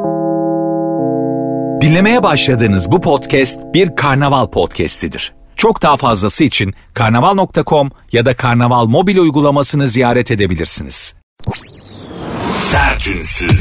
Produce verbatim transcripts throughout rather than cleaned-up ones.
Dinlemeye başladığınız bu podcast bir karnaval podcastidir. Çok daha fazlası için karnaval nokta com ya da karnaval mobil uygulamasını ziyaret edebilirsiniz. Sertünsüz.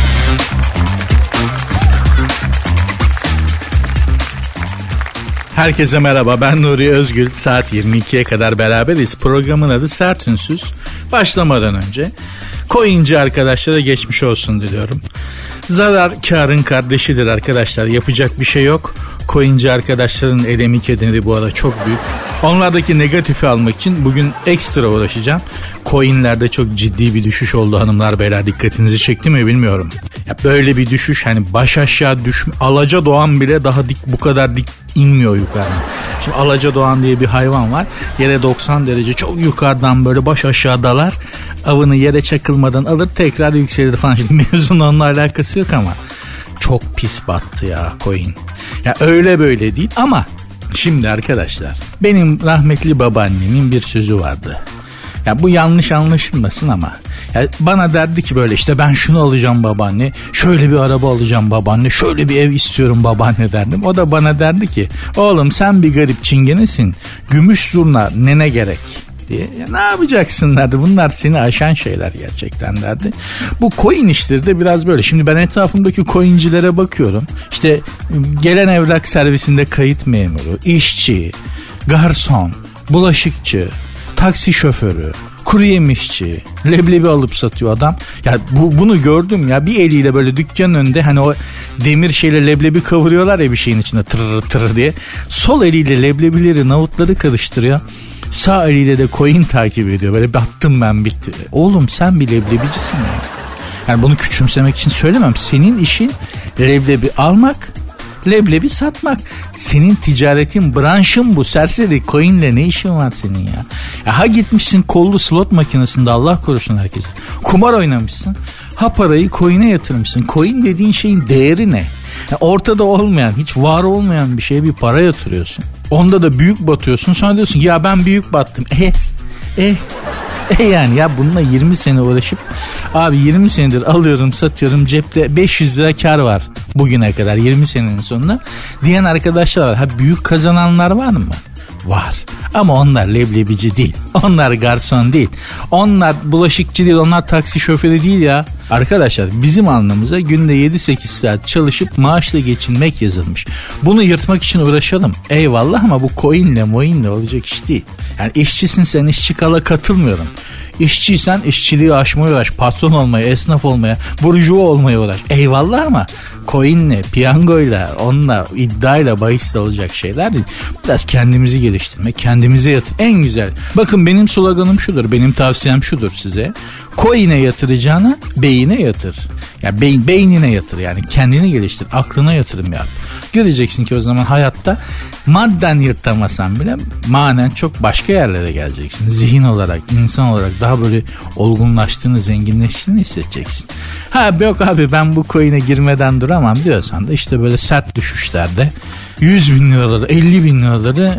Herkese merhaba, ben Nuri Özgül. Saat yirmi ikiye kadar beraberiz. Programın adı Sertünsüz. Başlamadan önce coinci arkadaşlara geçmiş olsun diliyorum. Zarar kârın kardeşidir arkadaşlar. Yapacak bir şey yok. Coinci arkadaşların elemi kederi bu arada çok büyük. Onlardaki negatifi almak için bugün ekstra uğraşacağım. Coinlerde çok ciddi bir düşüş oldu hanımlar beyler. Dikkatinizi çekti mi bilmiyorum. Ya böyle bir düşüş, hani baş aşağı düşme. Alaca Doğan bile daha dik, bu kadar dik inmiyor yukarı. Şimdi Alaca Doğan diye bir hayvan var. Yere doksan derece çok yukarıdan böyle baş aşağı dalar. Avını yere çakılmadan alır, tekrar yükselir falan. Şimdi mevzunun onunla alakası yok ama çok pis battı ya coin. Ya öyle böyle değil ama şimdi arkadaşlar, benim rahmetli babaannemin bir sözü vardı. Ya bu yanlış anlaşılmasın ama ya bana derdi ki böyle işte ben şunu alacağım babaanne, şöyle bir araba alacağım babaanne, şöyle bir ev istiyorum babaanne derdim. O da bana derdi ki oğlum sen bir garip çingenesin, gümüş zurna nene gerek diye. Ya ne yapacaksın derdi, bunlar seni aşan şeyler gerçekten derdi. Bu coin işleri de biraz böyle. Şimdi ben etrafımdaki coincilere bakıyorum. İşte gelen evrak servisinde kayıt memuru, işçi, garson, bulaşıkçı, taksi şoförü, kuru yemişçi, leblebi alıp satıyor adam. Ya bu, bunu gördüm ya, bir eliyle böyle dükkanın önünde hani o demir şeyle leblebi kavuruyorlar ya bir şeyin içinde tırır tırır diye. Sol eliyle leblebileri, navutları karıştırıyor. Sağ eliyle de coin takip ediyor. Böyle battım ben, bitti. Oğlum sen bir leblebicisin ya. Yani bunu küçümsemek için söylemem. Senin işin leblebi almak, leblebi satmak. Senin ticaretin, branşın bu. Serseri coinle ne işin var senin ya? Ya ha gitmişsin kollu slot makinesinde, Allah korusun herkese, kumar oynamışsın. Ha parayı coin'e yatırmışsın. Coin dediğin şeyin değeri ne? Ya ortada olmayan, hiç var olmayan bir şeye bir para yatırıyorsun. Onda da büyük batıyorsun. Sonra diyorsun ya ben büyük battım. Eh, eh, eh yani ya bununla yirmi sene uğraşıp abi yirmi senedir alıyorum satıyorum, cepte beş yüz lira kar var bugüne kadar, yirmi senenin sonunda diyen arkadaşlar var. Ha büyük kazananlar var mı? Var. Ama onlar leblebici değil. Onlar garson değil. Onlar bulaşıkçı değil. Onlar taksi şoförü değil ya. Arkadaşlar bizim alnımıza günde yedi sekiz saat çalışıp maaşla geçinmek yazılmış. Bunu yırtmak için uğraşalım. Eyvallah ama bu coinle moinle olacak iş değil. Yani işçisin sen, işçi kala katılmıyorum. İşçiysen işçiliği aşmaya uğraş, patron olmaya, esnaf olmaya, burjuva olmaya uğraş. Eyvallah ama coinle, piyangoyla, onunla, iddiayla, bahisle olacak şeyler değil. Biraz kendimizi geliştirmek, kendimize yatır. En güzel. Bakın benim sloganım şudur, benim tavsiyem şudur size. Coin'e yatıracağına beyine yatır. Yani beyin, beynine yatır, yani kendini geliştir, aklına yatırım yap. Göreceksin ki o zaman hayatta madden yırtamasan bile manen çok başka yerlere geleceksin. Zihin olarak, insan olarak daha böyle olgunlaştığını, zenginleştiğini hissedeceksin. Ha yok abi ben bu coin'e girmeden duramam diyorsan da işte böyle sert düşüşlerde yüz bin liraları, elli bin liraları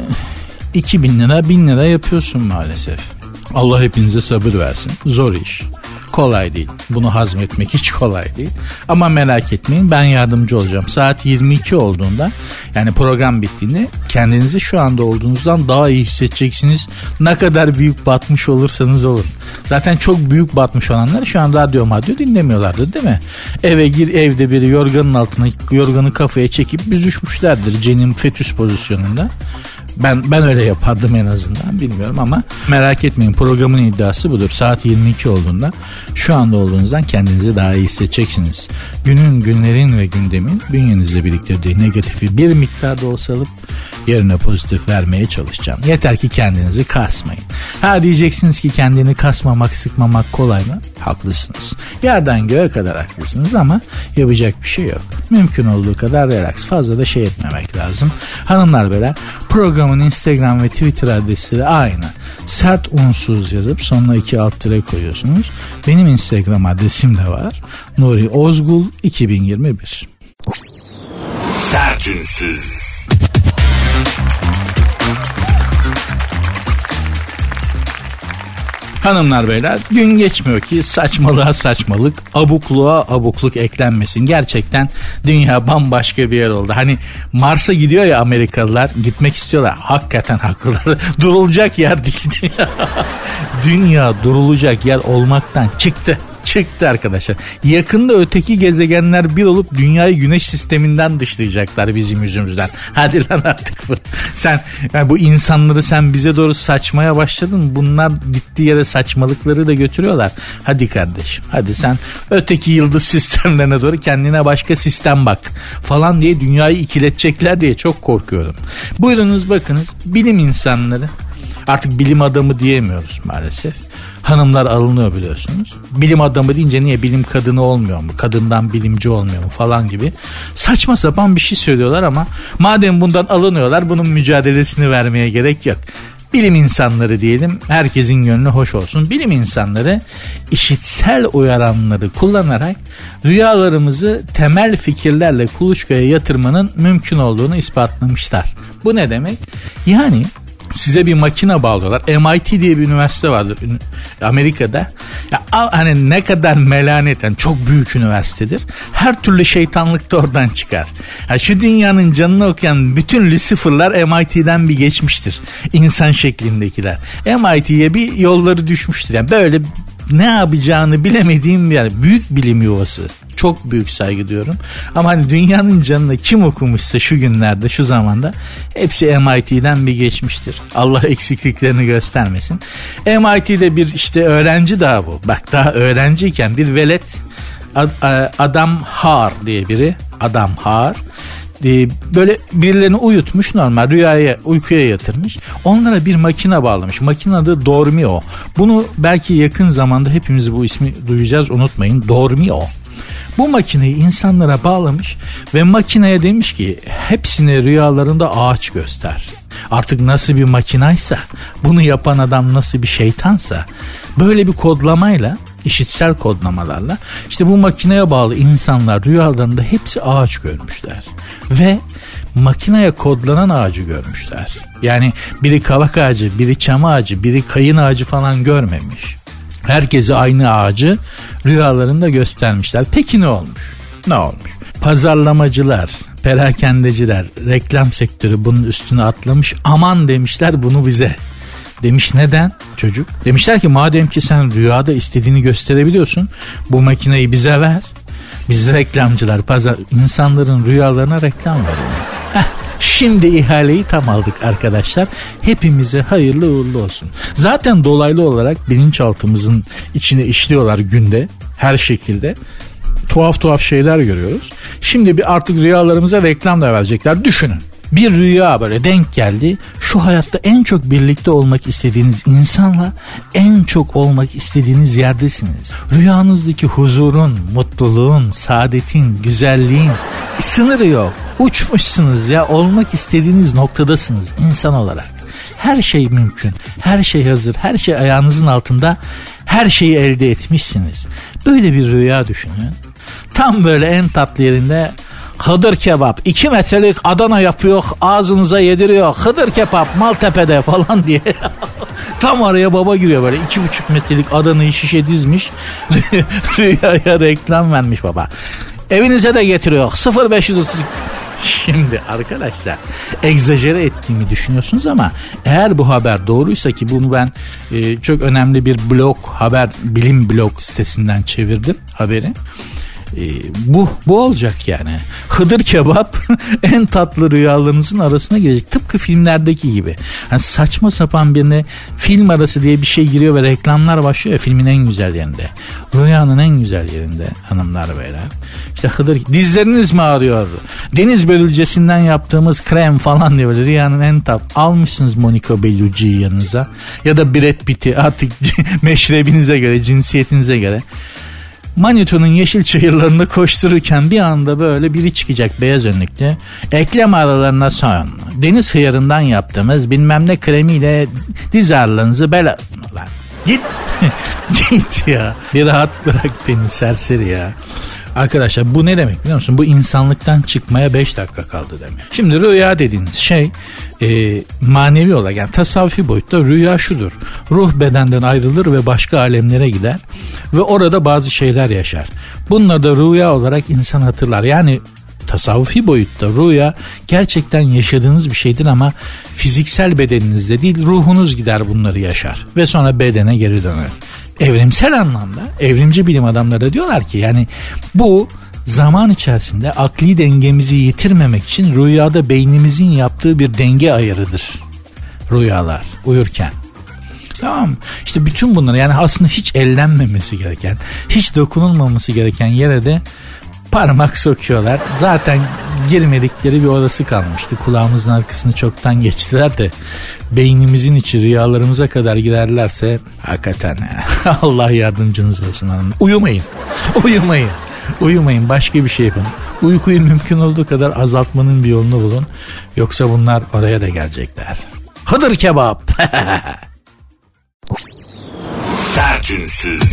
iki bin lira, bin lira yapıyorsun maalesef. Allah hepinize sabır versin. Zor iş. Kolay değil. Bunu hazmetmek hiç kolay değil. Ama merak etmeyin, ben yardımcı olacağım. Saat yirmi iki olduğunda, yani program bittiğinde kendinizi şu anda olduğunuzdan daha iyi hissedeceksiniz. Ne kadar büyük batmış olursanız olun. Zaten çok büyük batmış olanlar şu an radyo madyo dinlemiyorlardı değil mi? Eve gir, evde biri yorganın altına, yorganı kafaya çekip büzüşmüşlerdir cenin fetüs pozisyonunda. Ben ben öyle yapardım en azından, bilmiyorum ama merak etmeyin, programın iddiası budur. Saat yirmi iki olduğunda şu anda olduğunuzdan kendinizi daha iyi hissedeceksiniz. Günün, günlerin ve gündemin bünyenizle biriktirdiği negatifi bir miktarda olsa alıp yerine pozitif vermeye çalışacağım. Yeter ki kendinizi kasmayın. Ha diyeceksiniz ki kendini kasmamak, sıkmamak kolay mı? Haklısınız. Yerden göğe kadar haklısınız ama yapacak bir şey yok. Mümkün olduğu kadar relax, fazla da şey etmemek lazım. Hanımlar beyler, programın Instagram ve Twitter adresleri aynı. Sert unsuz yazıp sonuna iki alt tire koyuyorsunuz. Benim Instagram adresim de var. Nuri Ozgul iki bin yirmi bir. Sert unsuz. Hanımlar beyler, gün geçmiyor ki saçmalığa saçmalık, abukluğa abukluk eklenmesin. Gerçekten dünya bambaşka bir yer oldu. Hani Mars'a gidiyor ya Amerikalılar, gitmek istiyorlar. Hakikaten haklılar. Durulacak yer değil dünya. Dünya durulacak yer olmaktan çıktı. Çıktı arkadaşlar. Yakında öteki gezegenler bir olup dünyayı güneş sisteminden dışlayacaklar bizim yüzümüzden. Hadi lan artık bu. Sen yani bu insanları sen bize doğru saçmaya başladın. Bunlar gittiği yere saçmalıkları da götürüyorlar. Hadi kardeşim. Hadi sen öteki yıldız sistemlerine doğru kendine başka sistem bak falan diye dünyayı ikiletecekler diye çok korkuyorum. Buyurunuz bakınız, bilim insanları, artık bilim adamı diyemiyoruz maalesef. Hanımlar alınıyor biliyorsunuz. Bilim adamı deyince niye bilim kadını olmuyor mu? Kadından bilimci olmuyor mu falan gibi saçma sapan bir şey söylüyorlar ama madem bundan alınıyorlar, bunun mücadelesini vermeye gerek yok. Bilim insanları diyelim, herkesin gönlü hoş olsun. Bilim insanları işitsel uyaranları kullanarak rüyalarımızı temel fikirlerle kuluçkaya yatırmanın mümkün olduğunu ispatlamışlar. Bu ne demek? Yani size bir makine bağlıyorlar. M I T diye bir üniversite vardır Amerika'da. Ya, hani ne kadar melaneten, çok büyük üniversitedir. Her türlü şeytanlık da oradan çıkar. Ya, şu dünyanın canını okuyan bütün Lucifer'lar M I T'den bir geçmiştir. İnsan şeklindekiler. M I T'ye bir yolları düşmüştür. Yani böyle ne yapacağını bilemediğim bir yer. Büyük bilim yuvası. Çok büyük saygı diyorum. Ama hani dünyanın canına kim okumuşsa şu günlerde, şu zamanda hepsi M I T'den bir geçmiştir. Allah eksikliklerini göstermesin. M I T'de bir işte öğrenci daha bu. Bak daha öğrenciyken bir velet, Adam Haar diye biri. Adam Haar. Böyle birilerini uyutmuş, normal rüyaya, uykuya yatırmış. Onlara bir makine bağlamış. Makine adı Dormio. Bunu belki yakın zamanda hepimiz bu ismi duyacağız, unutmayın. Dormio. Bu makineyi insanlara bağlamış ve makineye demiş ki hepsini rüyalarında ağaç göster. Artık nasıl bir makinaysa, bunu yapan adam nasıl bir şeytansa, böyle bir kodlamayla, işitsel kodlamalarla işte bu makineye bağlı insanlar rüyalarında hepsi ağaç görmüşler. Ve makineye kodlanan ağacı görmüşler. Yani biri kavak ağacı, biri çam ağacı, biri kayın ağacı falan görmemiş. Herkese aynı ağacı rüyalarında göstermişler. Peki ne olmuş? Ne olmuş? Pazarlamacılar, perakendeciler, reklam sektörü bunun üstüne atlamış. Aman demişler bunu bize. Demiş neden çocuk? Demişler ki madem ki sen rüyada istediğini gösterebiliyorsun, bu makineyi bize ver. Biz reklamcılar, pazar, insanların rüyalarına reklam verelim. Heh. Şimdi ihaleyi tam aldık arkadaşlar. Hepimize hayırlı uğurlu olsun. Zaten dolaylı olarak bilinçaltımızın içine işliyorlar günde her şekilde. Tuhaf tuhaf şeyler görüyoruz. Şimdi bir artık rüyalarımıza reklam da verecekler. Düşünün. Bir rüya böyle denk geldi. Şu hayatta en çok birlikte olmak istediğiniz insanla en çok olmak istediğiniz yerdesiniz. Rüyanızdaki huzurun, mutluluğun, saadetin, güzelliğin sınırı yok. Uçmuşsunuz ya, olmak istediğiniz noktadasınız insan olarak. Her şey mümkün, her şey hazır, her şey ayağınızın altında, her şeyi elde etmişsiniz. Böyle bir rüya düşünün. Tam böyle en tatlı yerinde Hıdır kebap, iki metrelik Adana yapıyor, ağzınıza yediriyor. Hıdır kebap Maltepe'de falan diye. Tam araya baba giriyor böyle, iki buçuk metrelik Adana'yı şişe dizmiş. Rüyaya reklam vermiş baba. Evinize de getiriyor. sıfır beş otuz. Şimdi arkadaşlar egzajere ettiğimi düşünüyorsunuz ama eğer bu haber doğruysa, ki bunu ben e, çok önemli bir blog, haber bilim blog sitesinden çevirdim haberi. Ee, bu bu olacak yani. Hıdır kebap en tatlı rüyalarınızın arasına girecek. Tıpkı filmlerdeki gibi. Yani saçma sapan birine film arası diye bir şey giriyor ve reklamlar başlıyor ya, filmin en güzel yerinde. Rüyanın en güzel yerinde hanımlar beyler. İşte Hıdır, dizleriniz mi ağrıyor? Deniz börülcesinden yaptığımız krem falan diye böyle rüyanın en tat. Almışsınız Monica Bellucci'yi yanınıza ya da Brad Pitt'i, artık meşrebinize göre, cinsiyetinize göre. Manito'nun yeşil çayırlarında koştururken bir anda böyle biri çıkacak beyaz önlüklü. Eklem aralarına son. Deniz hıyarından yaptığımız bilmem ne kremiyle diz ağrılarınızı bela... Lan git. Git ya. Bir rahat bırak beni serseri ya. Arkadaşlar bu ne demek biliyor musun? Bu insanlıktan çıkmaya beş dakika kaldı demek. Şimdi rüya dediğiniz şey e, manevi olarak, yani tasavvufi boyutta rüya şudur. Ruh bedenden ayrılır ve başka alemlere gider ve orada bazı şeyler yaşar. Bunları da rüya olarak insan hatırlar. Yani tasavvufi boyutta rüya gerçekten yaşadığınız bir şeydir ama fiziksel bedeninizde değil, ruhunuz gider bunları yaşar ve sonra bedene geri döner. Evrimsel anlamda evrimci bilim adamları da diyorlar ki yani bu zaman içerisinde akli dengemizi yitirmemek için rüyada beynimizin yaptığı bir denge ayarıdır. Rüyalar uyurken. Tamam, işte bütün bunları, yani aslında hiç ellenmemesi gereken, hiç dokunulmaması gereken yere de parmak sokuyorlar. Zaten girmedikleri bir odası kalmıştı. Kulağımızın arkasını çoktan geçtiler de beynimizin içi rüyalarımıza kadar giderlerse hakikaten Allah yardımcınız olsun hanım. Uyumayın. Uyumayın. Uyumayın. Başka bir şey yapın. Uykuyu mümkün olduğu kadar azaltmanın bir yolunu bulun. Yoksa bunlar oraya da gelecekler. Hıdır kebap. Sertünsüz.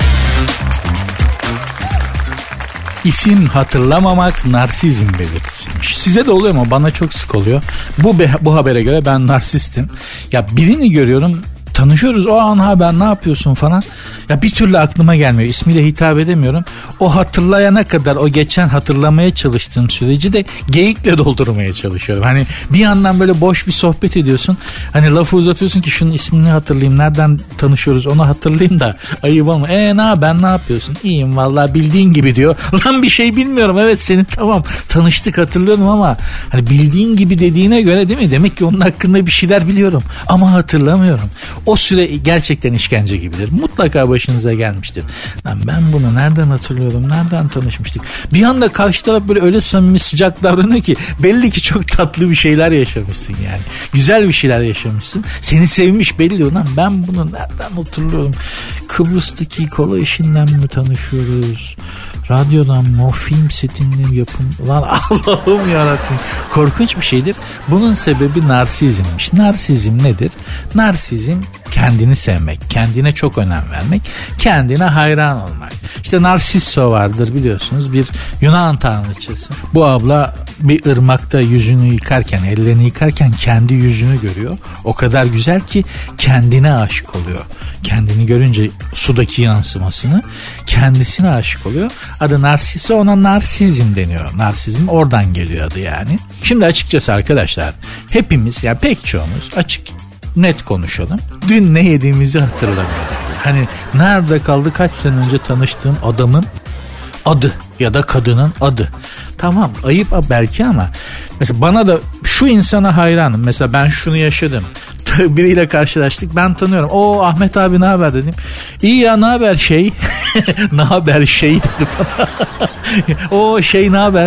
İsim hatırlamamak narsizm belirtisiymiş. Size de oluyor mu? Bana çok sık oluyor. Bu bu habere göre ben narsistim. Ya birini görüyorum, tanışıyoruz, o an ha ben ne yapıyorsun falan. Ya bir türlü aklıma gelmiyor. İsmiyle hitap edemiyorum. O hatırlayana kadar o geçen hatırlamaya çalıştığım süreci de geyikle doldurmaya çalışıyorum. Hani bir yandan böyle boş bir sohbet ediyorsun. Hani lafı uzatıyorsun ki şunun ismini hatırlayayım. Nereden tanışıyoruz onu hatırlayayım da ayıp olma. Eee ne ben ne yapıyorsun? İyiyim vallahi bildiğin gibi diyor. Lan bir şey bilmiyorum. Evet senin tamam tanıştık hatırlıyorum ama hani bildiğin gibi dediğine göre değil mi? Demek ki onun hakkında bir şeyler biliyorum. Ama hatırlamıyorum. O süre gerçekten işkence gibidir. Mutlaka başınıza gelmiştir. Lan ben bunu nereden hatırlıyorum? Nereden tanışmıştık? Bir anda karşı taraf böyle öyle samimi sıcak davranıyor ki belli ki çok tatlı bir şeyler yaşamışsın yani. Güzel bir şeyler yaşamışsın. Seni sevmiş belli. Lan ben bunu nereden hatırlıyorum? Kıbrıs'taki kola işinden mi tanışıyoruz? Radyodan mı? O film setinden yapım. Lan Allah'ım yarabbim. Korkunç bir şeydir. Bunun sebebi narsizmmiş. Narsizm nedir? Narsizm kendini sevmek, kendine çok önem vermek, kendine hayran olmak. İşte Narsisso vardır biliyorsunuz, bir Yunan tanrıçası. Bu abla bir ırmakta yüzünü yıkarken, ellerini yıkarken kendi yüzünü görüyor. O kadar güzel ki kendine aşık oluyor. Kendini görünce sudaki yansımasını, kendisine aşık oluyor. Adı Narsisso, ona narsizm deniyor. Narsizm oradan geliyor adı yani. Şimdi açıkçası arkadaşlar hepimiz, yani pek çoğumuz açık net konuşalım. Dün ne yediğimizi hatırlamıyoruz. Hani nerede kaldı kaç sene önce tanıştığım adamın adı ya da kadının adı. Tamam ayıp belki ama mesela bana da şu insana hayranım. Mesela ben şunu yaşadım. Biriyle karşılaştık, ben tanıyorum. O Ahmet abi ne haber dedim. İyi ya ne haber şey. Ne haber şey dedi bana. O şey ne haber.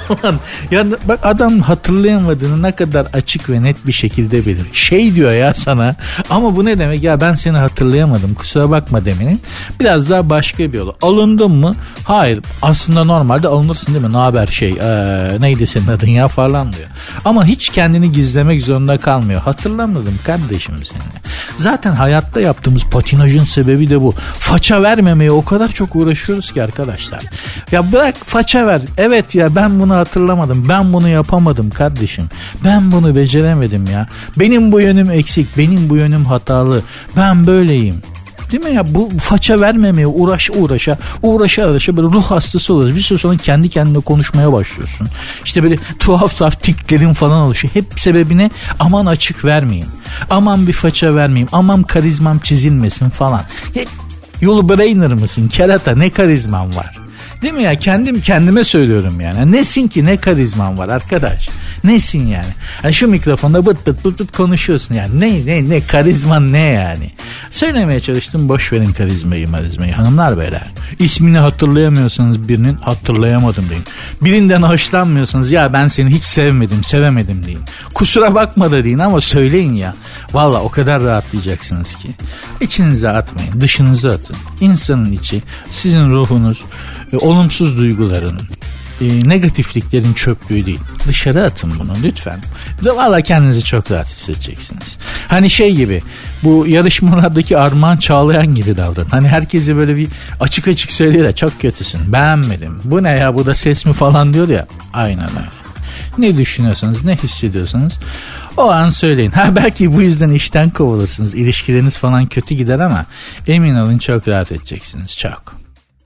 Ya bak adam hatırlayamadığını ne kadar açık ve net bir şekilde bilir. Şey diyor ya sana ama bu ne demek ya, ben seni hatırlayamadım kusura bakma demenin biraz daha başka bir yolu. Alındın mı? Hayır. Aslında normalde alınırsın değil mi? Ne haber şey ee, neydi senin adın ya falan diyor. Ama hiç kendini gizlemek zorunda kalmıyor. Hatırlamadım kardeşim seni. Zaten hayatta yaptığımız patinajın sebebi de bu. Faça vermemeye o kadar çok uğraşıyoruz ki arkadaşlar. Ya bırak faça ver. Evet ya ben bunu hatırlamadım. Ben bunu yapamadım kardeşim. Ben bunu beceremedim ya. Benim bu yönüm eksik. Benim bu yönüm hatalı. Ben böyleyim. Değil mi ya? Bu faça vermemeye uğraş uğraşa uğraşa uğraşa böyle ruh hastası oluruz. Bir süre sonra kendi kendine konuşmaya başlıyorsun. İşte böyle tuhaf tuhaf tiklerin falan oluşuyor. Hep sebebine aman açık vermeyin. Aman bir faça vermeyeyim. Aman karizmam çizilmesin falan. Ya, yolu brainer mısın? Kerata ne karizmam var? Değil mi ya? Kendim kendime söylüyorum yani. Nesin ki, ne karizman var arkadaş? Nesin yani? Yani şu mikrofonda bıt bıt bıt bıt konuşuyorsun yani. Ne ne ne karizman ne yani? Söylemeye çalıştım, boş verin karizmayı marizmayı hanımlar beyler. İsmini hatırlayamıyorsanız birinin hatırlayamadım deyin. Birinden hoşlanmıyorsanız ya ben seni hiç sevmedim sevemedim deyin. Kusura bakma da deyin ama söyleyin ya. Valla o kadar rahatlayacaksınız ki. İçinize atmayın, dışınıza atın. İnsanın içi, sizin ruhunuz, e, olumsuz duyguların, e, negatifliklerin çöplüğü değil. dışarı atın bunu lütfen. Valla kendinizi çok rahat hissedeceksiniz. Hani şey gibi, bu yarışmalardaki Armağan Çağlayan gibi davran. Hani herkese böyle bir açık açık söylüyor da çok kötüsün, beğenmedim, bu ne ya, bu da ses mi falan diyor ya. Aynen öyle. Ne düşünüyorsanız, ne hissediyorsanız o an söyleyin. Ha belki bu yüzden işten kovulursunuz, ilişkileriniz falan kötü gider ama emin olun çok rahat edeceksiniz, çok.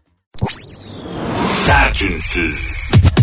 Sertünsüz.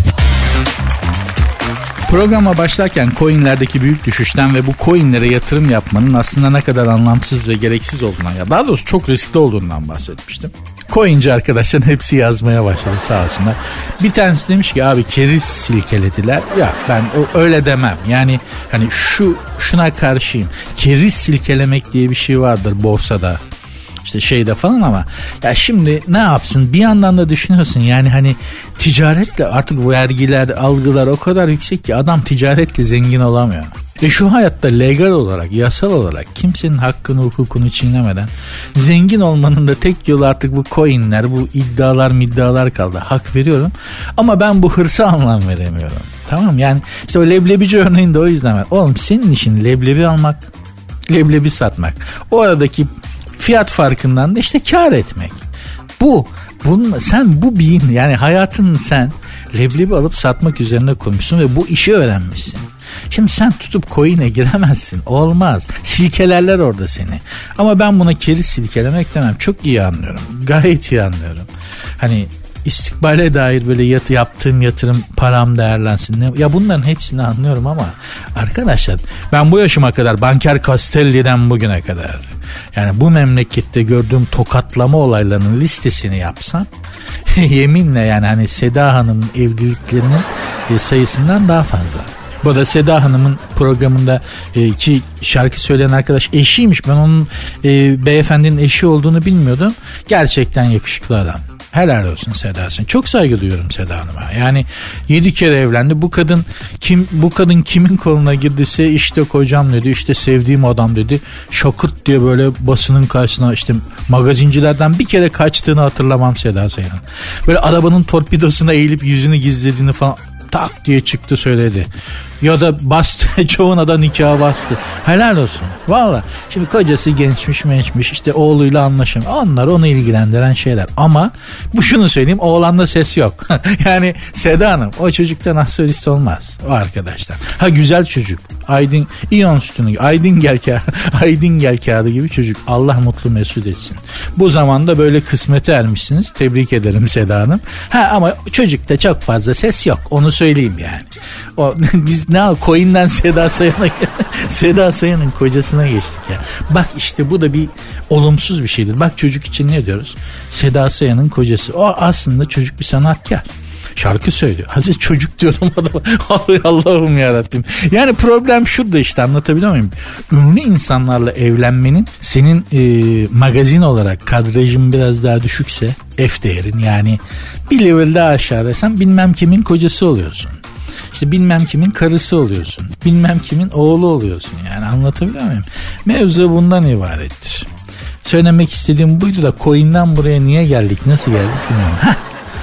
Programa başlarken coinlerdeki büyük düşüşten ve bu coinlere yatırım yapmanın aslında ne kadar anlamsız ve gereksiz olduğundan, ya daha doğrusu çok riskli olduğundan bahsetmiştim. Coinci arkadaşların hepsi yazmaya başladı sağ olsunlar. Bir tanesi demiş ki abi keriz silkelediler. Ya ben öyle demem. Yani hani şu şuna karşıyım. Keriz silkelemek diye bir şey vardır borsada, İşte şeyde falan ama ya şimdi ne yapsın, bir yandan da düşünüyorsun yani hani ticaretle artık vergiler, algılar o kadar yüksek ki adam ticaretle zengin olamıyor. E şu hayatta legal olarak, yasal olarak kimsenin hakkını, hukukunu çiğnemeden zengin olmanın da tek yolu artık bu coinler, bu iddialar middialar kaldı. Hak veriyorum ama ben bu hırsa anlam veremiyorum. Tamam, yani işte o leblebici örneğinde o yüzden var. Oğlum senin işin leblebi almak, leblebi satmak. O aradaki fiyat farkından da işte kar etmek. Bu, bunun, sen bu beyin, yani hayatını sen leblebi alıp satmak üzerine koymuşsun ve bu işi öğrenmişsin. Şimdi sen tutup coin'e giremezsin. Olmaz. Silkelerler orada seni. Ama ben buna keriz silkelemek demem. Çok iyi anlıyorum. Gayet iyi anlıyorum. Hani istikbale dair böyle yat, yaptığım yatırım param değerlensin. Ya bunların hepsini anlıyorum ama arkadaşlar ben bu yaşıma kadar Banker Castelli'den bugüne kadar, yani bu memlekette gördüğüm tokatlama olaylarının listesini yapsam yeminle yani hani Seda Hanım'ın evliliklerinin sayısından daha fazla. Bu da Seda Hanım'ın programında e, ki şarkı söyleyen arkadaş eşiymiş. Ben onun e, beyefendinin eşi olduğunu bilmiyordum. Gerçekten yakışıklı adam. Helal olsun Seda Hanım. Çok saygı duyuyorum Seda Hanım'a. Yani yedi kere evlendi. Bu kadın kim? Bu kadın kimin koluna girdiyse işte kocam dedi, işte sevdiğim adam dedi. Şakırt diye böyle basının karşısına, işte magazincilerden bir kere kaçtığını hatırlamam Seda Sayan'ın. Böyle arabanın torpidosuna eğilip yüzünü gizlediğini falan tak diye çıktı söyledi. Ya da bastı, çoğuna da nikah bastı. Helal olsun. Valla. Şimdi kocası gençmiş mençmiş, işte oğluyla anlaşamıyor. Onlar onu ilgilendiren şeyler. Ama bu şunu söyleyeyim, oğlanda ses yok. Yani Seda Hanım o çocuktan astrolist olmaz. O arkadaşlar. Ha güzel çocuk. Aydın, İyon sütünü, Aydın gel kağıdı, Aydın gel kağıdı gibi çocuk. Allah mutlu mesut etsin. Bu zamanda böyle kısmete ermişsiniz. Tebrik ederim Seda Hanım. Ha ama çocukta çok fazla ses yok. Onu söyleyeyim yani. O biz ne yap? Coin'den Seda Sayan'a Seda Sayan'ın kocasına geçtik ya. Bak işte bu da bir olumsuz bir şeydir. Bak çocuk için ne diyoruz? Seda Sayan'ın kocası. O aslında çocuk bir sanatkar. Şarkı söylüyor. Hazır çocuk diyorum adama. Allah'ım yarabbim. Yani problem şurada işte, anlatabiliyor muyum? Ünlü insanlarla evlenmenin senin e, magazin olarak kadrajın biraz daha düşükse, F değerin yani bir level daha aşağıdaysan bilmem kimin kocası oluyorsun. İşte bilmem kimin karısı oluyorsun. Bilmem kimin oğlu oluyorsun. Yani anlatabiliyor muyum? Mevzu bundan ibarettir. Söylemek istediğim buydu da coin'den buraya niye geldik, nasıl geldik bilmiyorum. Heh.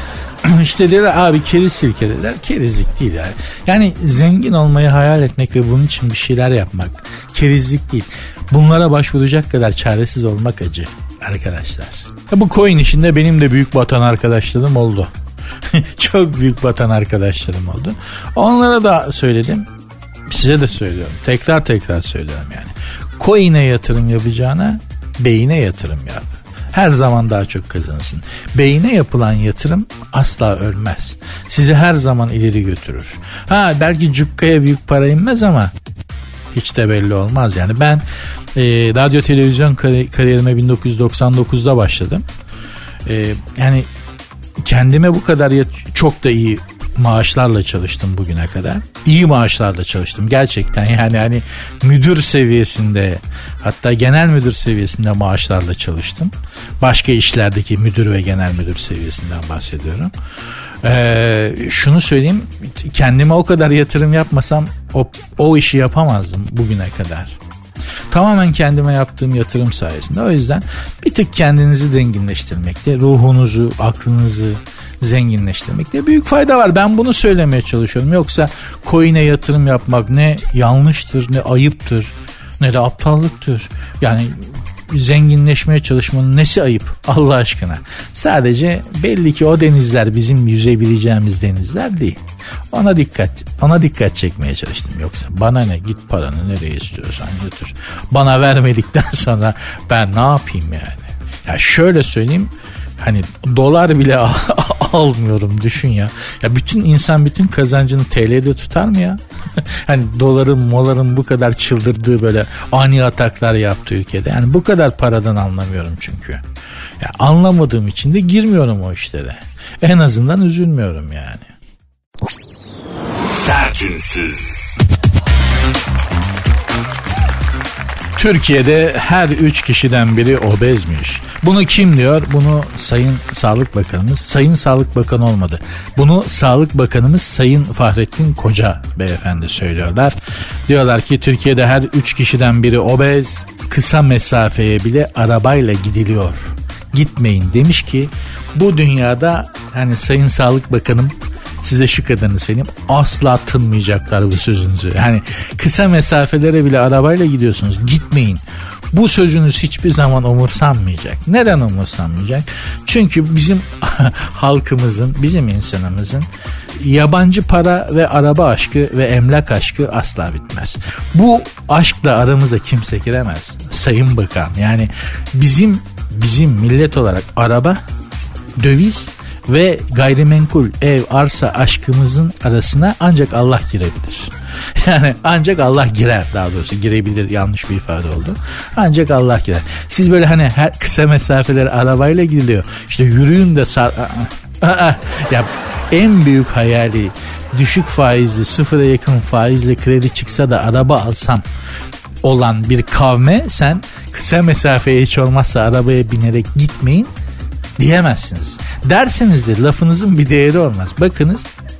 İşte dediler abi keriz silkelediler. Kerizlik değil yani. Yani zengin olmayı hayal etmek ve bunun için bir şeyler yapmak kerizlik değil. Bunlara başvuracak kadar çaresiz olmak acı arkadaşlar. Ya bu coin işinde benim de büyük batan arkadaşlarım oldu. Çok büyük batan arkadaşlarım oldu. Onlara da söyledim. Size de söylüyorum. Tekrar tekrar söylüyorum yani. Coin'e yatırım yapacağına beyine yatırım yap. Her zaman daha çok kazanırsın. Beyine yapılan yatırım asla ölmez. Sizi her zaman ileri götürür. Ha belki cukkaya büyük para inmez ama hiç de belli olmaz. Yani ben e, radyo televizyon kariyerime bin dokuz yüz doksan dokuzda başladım. E, yani kendime bu kadar yat- çok da iyi maaşlarla çalıştım bugüne kadar. İyi maaşlarla çalıştım gerçekten, yani hani müdür seviyesinde, hatta genel müdür seviyesinde maaşlarla çalıştım. Başka işlerdeki müdür ve genel müdür seviyesinden bahsediyorum. Ee, şunu söyleyeyim, kendime o kadar yatırım yapmasam o, o işi yapamazdım bugüne kadar. Tamamen kendime yaptığım yatırım sayesinde. O yüzden bir tık kendinizi zenginleştirmekte, ruhunuzu, aklınızı zenginleştirmekte büyük fayda var. Ben bunu söylemeye çalışıyorum. Yoksa coin'e yatırım yapmak ne yanlıştır, ne ayıptır, ne de aptallıktır. Yani zenginleşmeye çalışmanın nesi ayıp Allah aşkına? Sadece belli ki o denizler bizim yüzebileceğimiz denizler değil. Ona dikkat, ona dikkat çekmeye çalıştım. Yoksa bana ne, git paranı nereye istiyorsan götür. Bana vermedikten sonra ben ne yapayım yani? Ya şöyle söyleyeyim, hani dolar bile almıyorum, düşün ya. Ya bütün insan bütün kazancını T L'de tutar mı ya? Hani doların, moların bu kadar çıldırdığı, böyle ani ataklar yaptığı ülkede. Yani bu kadar paradan anlamıyorum çünkü. Ya anlamadığım için de girmiyorum o işlere. En azından üzülmüyorum yani. Sertünsüz. Türkiye'de her üç kişiden biri obezmiş. Bunu kim diyor? Bunu Sayın Sağlık Bakanımız, Sayın Sağlık Bakanı olmadı. Bunu Sağlık Bakanımız Sayın Fahrettin Koca beyefendi söylüyorlar. Diyorlar ki Türkiye'de her üç kişiden biri obez, kısa mesafeye bile arabayla gidiliyor. Gitmeyin demiş ki bu dünyada, hani Sayın Sağlık Bakanım, size şu kadarını söyleyeyim, asla tınmayacaklar bu sözünüzü. Yani kısa mesafelere bile arabayla gidiyorsunuz, gitmeyin. Bu sözünüz hiçbir zaman umursanmayacak. Neden umursanmayacak? Çünkü bizim halkımızın, bizim insanımızın yabancı para ve araba aşkı ve emlak aşkı asla bitmez. Bu aşkla aramıza kimse giremez. Sayın Bakan, yani bizim bizim millet olarak araba, döviz ve gayrimenkul, ev, arsa aşkımızın arasına ancak Allah girebilir. Yani ancak Allah girer, daha doğrusu girebilir, yanlış bir ifade oldu. Ancak Allah girer. Siz böyle hani her kısa mesafeler arabayla gidiliyor, İşte yürüyün de sar... ya en büyük hayali düşük faizli, sıfıra yakın faizle kredi çıksa da araba alsam olan bir kavme sen kısa mesafeye hiç olmazsa arabaya binerek gitmeyin diyemezsiniz. Derseniz de lafınızın bir değeri olmaz. Bakınız,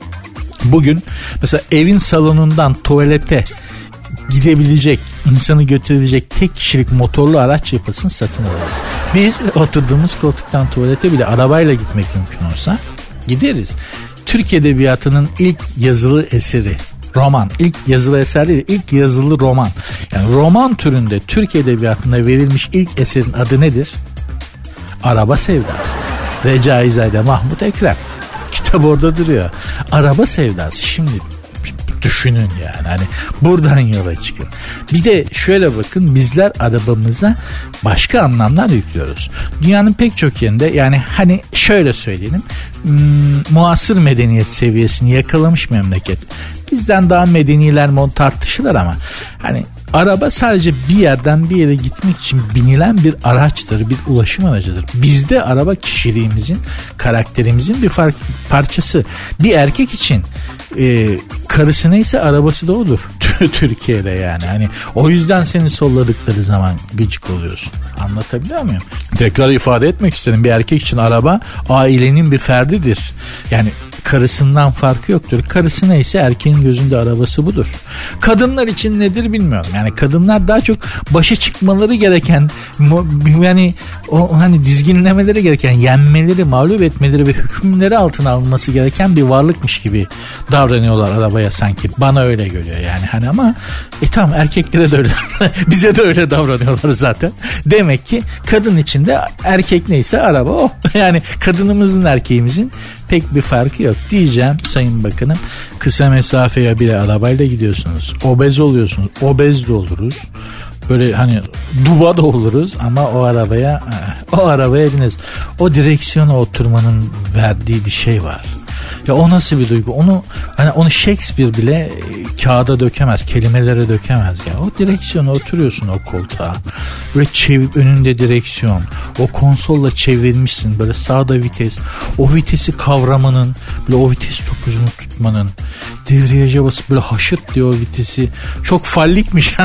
bugün mesela evin salonundan tuvalete gidebilecek, insanı götürebilecek tek kişilik motorlu araç yapılsın, satın alırız. Biz oturduğumuz koltuktan tuvalete bile arabayla gitmek mümkün olsa gideriz. Türk Edebiyatı'nın ilk yazılı eseri, roman, ilk yazılı eser değil, ilk yazılı roman. Yani roman türünde Türk Edebiyatı'nda verilmiş ilk eserin adı nedir? Araba Sevdası. Recaizade Mahmut Ekrem. Kitap orada duruyor. Araba Sevdası. Şimdi düşünün yani. Hani buradan yola çıkın. Bir de şöyle bakın, bizler arabamıza başka anlamlar yüklüyoruz. Dünyanın pek çok yerinde, yani hani şöyle söyleyelim, hmm, muasır medeniyet seviyesini yakalamış memleket. Bizden daha medeniler mi tartışılır ama hani araba sadece bir yerden bir yere gitmek için binilen bir araçtır, bir ulaşım aracıdır. Bizde araba kişiliğimizin, karakterimizin bir fark, parçası. Bir erkek için e, karısı neyse arabası da odur. Türkiye'de yani. Hani o yüzden seni solladıkları zaman gıcık oluyorsun. Anlatabiliyor muyum? Tekrar ifade etmek istedim. Bir erkek için araba ailenin bir ferdidir. Yani karısından farkı yoktur. Karısı neyse erkeğin gözünde arabası budur. Kadınlar için nedir bilmiyorum. Yani kadınlar daha çok başa çıkmaları gereken, yani o hani dizginlemeleri gereken, yenmeleri, mağlup etmeleri ve hükümleri altına alınması gereken bir varlıkmış gibi davranıyorlar arabaya sanki. Bana öyle geliyor yani. Hani ama e tamam, erkeklere de öyle bize de öyle davranıyorlar zaten. Demek ki kadın için de erkek neyse araba o. Yani kadınımızın erkeğimizin pek bir farkı yok diyeceğim Sayın Bakanım. Kısa mesafeye bile arabayla gidiyorsunuz. Obez oluyorsunuz. Obez de oluruz. Böyle hani duba da oluruz ama o arabaya o arabaya bineriz. O direksiyona oturmanın verdiği bir şey var. Ya o nasıl bir duygu? Onu hani onu Shakespeare bile e, kağıda dökemez, kelimelere dökemez ya. O direksiyona oturuyorsun, o koltuğa. Böyle çevir, önünde direksiyon. O konsolla çevrilmişsin. Böyle sağda vites. O vitesi kavramanın, böyle o vites topuzunu tutmanın, debriyaja basıp böyle haşırt diyor o vitesi. Çok fallikmiş.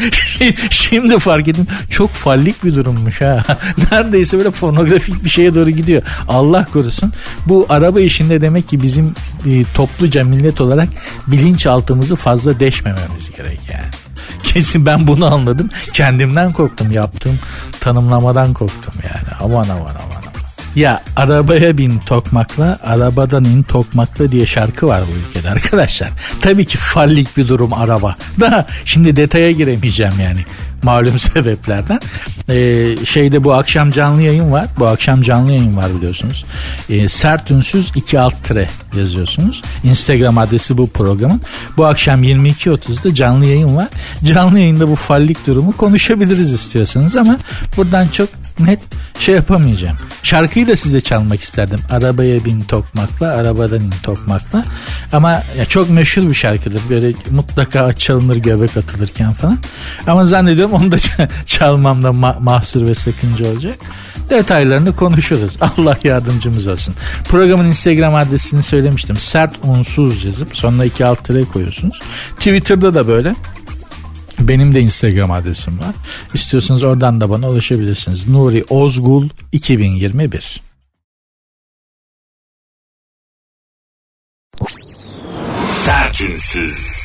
Şimdi fark ettim. Çok fallik bir durummuş ha. Neredeyse böyle pornografik bir şeye doğru gidiyor. Allah korusun. Bu araba işinde demek ki bizim e, topluca millet olarak bilinçaltımızı fazla deşmememiz gerek yani. Kesin ben bunu anladım. Kendimden korktum, yaptığım tanımlamadan korktum yani. Aman aman aman aman. Ya arabaya bin tokmakla, arabadan in tokmakla diye şarkı var bu ülkede arkadaşlar. Tabii ki fallik bir durum araba. Daha şimdi detaya giremeyeceğim yani. Malum sebeplerden. Ee, şeyde bu akşam canlı yayın var. Bu akşam canlı yayın var biliyorsunuz. Ee, Sert Ünsüz iki alt tire yazıyorsunuz. Instagram adresi bu programın. Bu akşam yirmi iki otuzda canlı yayın var. Canlı yayında bu fallik durumu konuşabiliriz istiyorsanız ama buradan çok net şey yapamayacağım. Şarkıyı da size çalmak isterdim. Arabaya bin tokmakla, arabadan in tokmakla. Ama ya çok meşhur bir şarkıdır. Böyle mutlaka çalınır göbek atılırken falan. Ama zannediyorum onu da çalmamda ma- mahsur ve sakınca olacak. Detaylarını konuşuruz. Allah yardımcımız olsun. Programın Instagram adresini söylemiştim. Sert Unsuz yazıp sonuna iki alt tire koyuyorsunuz. Twitter'da da böyle. Benim de Instagram adresim var. İstiyorsanız oradan da bana ulaşabilirsiniz. Nuri Ozgul iki bin yirmi bir. Sertünsüz.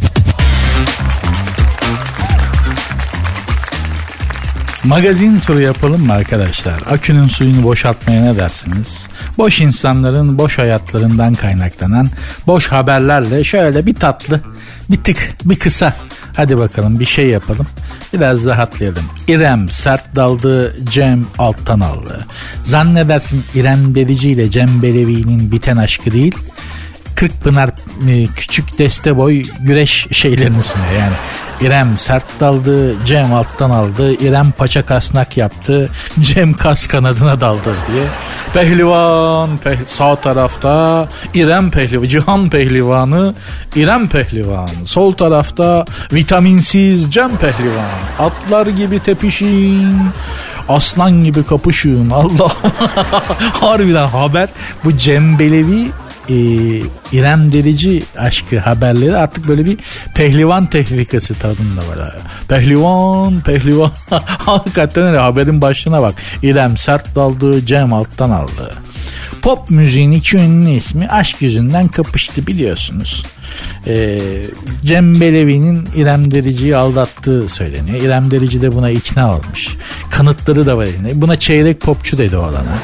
Magazin turu yapalım mı arkadaşlar? Akünün suyunu boşaltmaya ne dersiniz? Boş insanların boş hayatlarından kaynaklanan boş haberlerle şöyle bir tatlı, bir tık, bir kısa. Hadi bakalım bir şey yapalım. Biraz rahatlayalım. İrem sert daldı, Cem alttan aldı. Zannedersin İrem Derici ile Cem Belevi'nin biten aşkı değil. Kırkpınar küçük deste boy güreş şeylerini sunuyor yani. İrem sert daldı, Cem alttan aldı. İrem paça kasnak yaptı, Cem kas kanadına daldı diye. Pehlivan peh- sağ tarafta İrem Pehlivan, Cihan Pehlivanı İrem Pehlivan. Sol tarafta vitaminsiz Cem Pehlivan. Atlar gibi tepişin, aslan gibi kapışın. Allah. Harbiden haber bu Cem Belevi Ee, İrem Derici aşkı haberleri artık böyle bir pehlivan tehlikası tadında var. Pehlivan, pehlivan. Hakikaten öyle, haberin başlığına bak. İrem sert daldı, Cem alttan aldı. Pop müziğin iki ünlü ismi aşk yüzünden kapıştı biliyorsunuz. Ee, Cem Belevi'nin İrem Derici'yi aldattığı söyleniyor. İrem Derici de buna ikna olmuş. Kanıtları da var yine. Buna çeyrek popçu dedi o alana.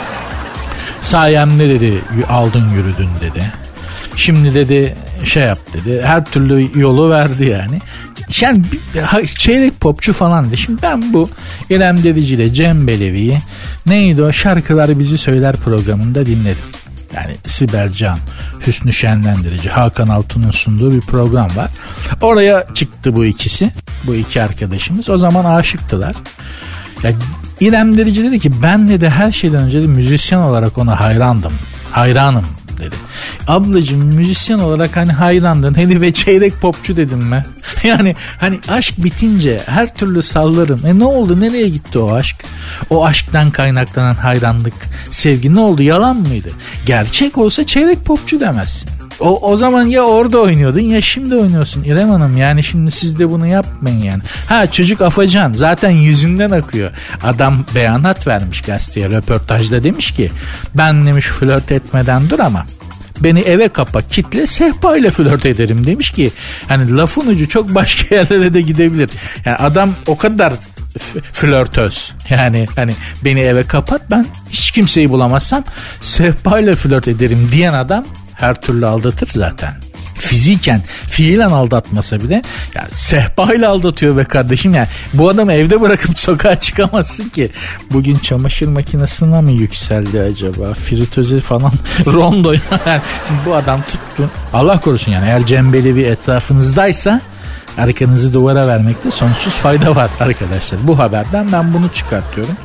Sayemde dedi aldın yürüdün dedi. Şimdi dedi şey yap dedi. Her türlü yolu verdi yani. Yani çeyrek popçu falan dedi. Şimdi ben bu İrem Derici ile Cem Belevi'yi neydi o Şarkılar Bizi Söyler programında dinledim. Yani Sibel Can, Hüsnü Şenlendirici, Hakan Altun'un sunduğu bir program var. Oraya çıktı bu ikisi. Bu iki arkadaşımız. O zaman aşıktılar. Ya İrem Derici dedi ki ben de her şeyden önce de müzisyen olarak ona hayrandım. Hayranım dedi. Ablacığım müzisyen olarak hani hayrandın. Hadi ve çeyrek popçu dedim mi? Yani hani aşk bitince her türlü sallarım. E ne oldu? Nereye gitti o aşk? O aşktan kaynaklanan hayranlık, sevgi ne oldu? Yalan mıydı? Gerçek olsa çeyrek popçu demezsin. O, o zaman ya orada oynuyordun ya şimdi oynuyorsun İrem Hanım. Yani şimdi siz de bunu yapmayın yani. Ha çocuk afacan zaten yüzünden akıyor. Adam beyanat vermiş gazeteye, röportajda demiş ki ben demiş flört etmeden dur ama beni eve kapa kitle sehpa ile flört ederim demiş ki hani lafın ucu çok başka yerlere de gidebilir. Yani adam o kadar f- flörtöz yani hani beni eve kapat ben hiç kimseyi bulamazsam sehpa ile flört ederim diyen adam her türlü aldatır zaten. Fiziken, fiilen aldatmasa bile ya sehpayla aldatıyor be kardeşim ya. Yani bu adamı evde bırakıp sokağa çıkamazsın ki. Bugün çamaşır makinesine mi yükseldi acaba? Fritöze falan rondo yani. Bu adam tuttu. Allah korusun yani eğer Cem Belevi etrafınızdaysa arkanızı duvara vermekte sonsuz fayda var arkadaşlar. Bu haberden ben bunu çıkartıyorum.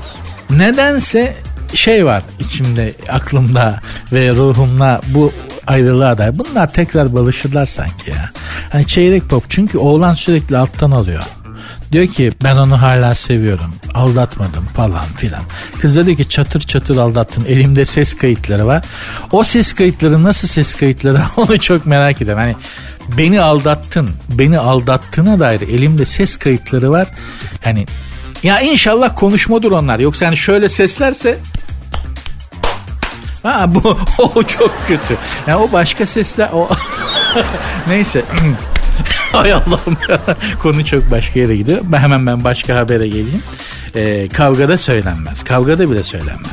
Nedense şey var içimde, aklımda ve ruhumda bu ayrılığa dair. Bunlar tekrar barışırlar sanki ya. Hani çeyrek pop çünkü oğlan sürekli alttan alıyor. Diyor ki ben onu hala seviyorum. Aldatmadım falan filan. Kız da diyor ki çatır çatır aldattın. Elimde ses kayıtları var. O ses kayıtları nasıl ses kayıtları onu çok merak ediyorum. Hani beni aldattın. Beni aldattığına dair elimde ses kayıtları var. Hani ya inşallah konuşmadır onlar. Yoksa hani şöyle seslerse ha bu o çok kötü. Yani o başka sesler o neyse. Hay Allah'ım. Konu çok başka yere gidiyor. Ben hemen ben başka habere geleyim. Ee, kavgada söylenmez. Kavgada bile söylenmez.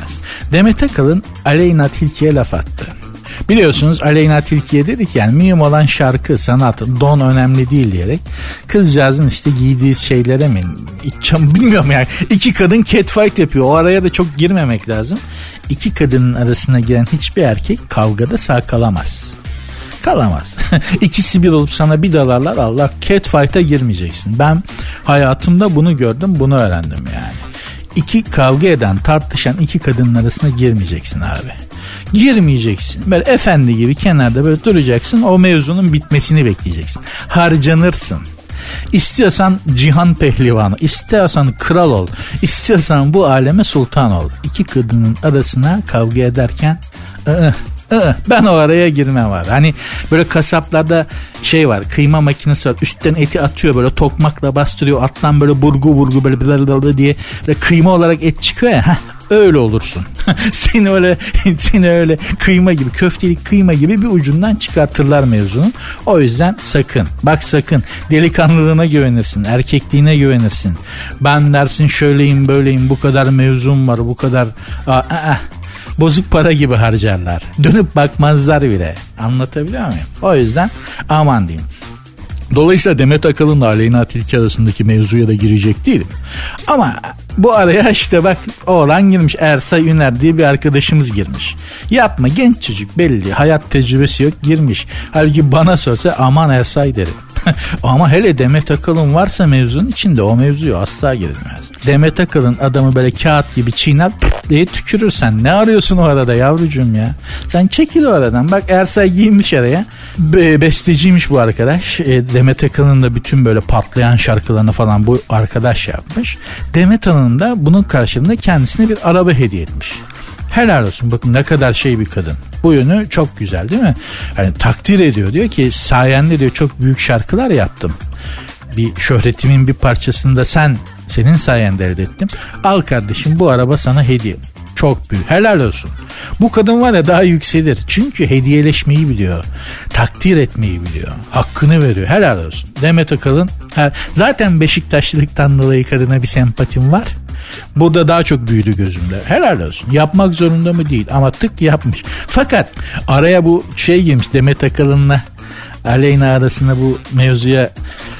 Demet Akalın Aleyna Tilki'ye laf attı. Biliyorsunuz Aleyna Tilki'ye dedik yani mühim olan şarkı, sanat, don önemli değil diyerek kızcağızın işte giydiği şeylere mi içeceğim bilmiyorum yani. İki kadın catfight yapıyor. O araya da çok girmemek lazım. İki kadının arasına giren hiçbir erkek kavgada sağ kalamaz. Kalamaz. İkisi bir olup sana bir dalarlar, Allah, catfight'a girmeyeceksin. Ben hayatımda bunu gördüm, bunu öğrendim yani. İki kavga eden, tartışan iki kadının arasına girmeyeceksin abi. Girmeyeceksin. Böyle efendi gibi kenarda böyle duracaksın. O mevzunun bitmesini bekleyeceksin. Harcanırsın. İstiyorsan cihan pehlivanı, istiyorsan kral ol, istiyorsan bu aleme sultan ol. İki kadının arasına kavga ederken ı-ı, ı-ı, ben o araya girmem var. Hani böyle kasaplarda şey var, kıyma makinesi var. Üstten eti atıyor, böyle tokmakla bastırıyor. Alttan böyle burgu burgu böyle blablabla diye böyle kıyma olarak et çıkıyor ya. Heh, öyle olursun. seni öyle seni öyle kıyma gibi, köftelik kıyma gibi bir ucundan çıkartırlar mevzunun. O yüzden sakın. Bak sakın. Delikanlılığına güvenirsin, erkekliğine güvenirsin. Ben dersin şöyleyim böyleyim, bu kadar mevzum var, bu kadar aa, aa. Bozuk para gibi harcarlar. Dönüp bakmazlar bile. Anlatabiliyor muyum? O yüzden aman diyeyim. Dolayısıyla Demet Akalın'la Aleyna Tilki arasındaki mevzuya da girecek değilim. Ama bu araya işte bak oğlan girmiş, Ersay Üner diye bir arkadaşımız girmiş. Yapma, genç çocuk belli, hayat tecrübesi yok, girmiş. Halbuki bana sorsa aman Ersay derim. Ama hele Demet Akalın varsa mevzunun içinde o mevzuya asla girilmez. Demet Akalın adamı böyle kağıt gibi çiğner diye tükürürsen ne arıyorsun o arada yavrucuğum ya? Sen çekil o aradan. Bak Ersay giymiş araya. Be- besteciymiş bu arkadaş. E, Demet Akalın da bütün böyle patlayan şarkılarını falan bu arkadaş yapmış. Demet Hanım da bunun karşılığında kendisine bir araba hediye etmiş. Helal olsun, bakın ne kadar şey bir kadın. Bu yönü çok güzel değil mi? Yani takdir ediyor, diyor ki sayende diyor çok büyük şarkılar yaptım. Bir şöhretimin bir parçasını da sen senin sayende elde ettim. Al kardeşim, bu araba sana hediye. Çok büyük, helal olsun. Bu kadın var ya daha yükselir. Çünkü hediyeleşmeyi biliyor. Takdir etmeyi biliyor. Hakkını veriyor. Helal olsun. Demet Akalın her... zaten Beşiktaşlılıktan dolayı kadına bir sempatim var. Burada daha çok büyüdü gözümde. Helal olsun. Yapmak zorunda mı değil ama tık yapmış. Fakat araya bu şey girmiş, Demet Akalın'la Aleyna arasında bu mevzuya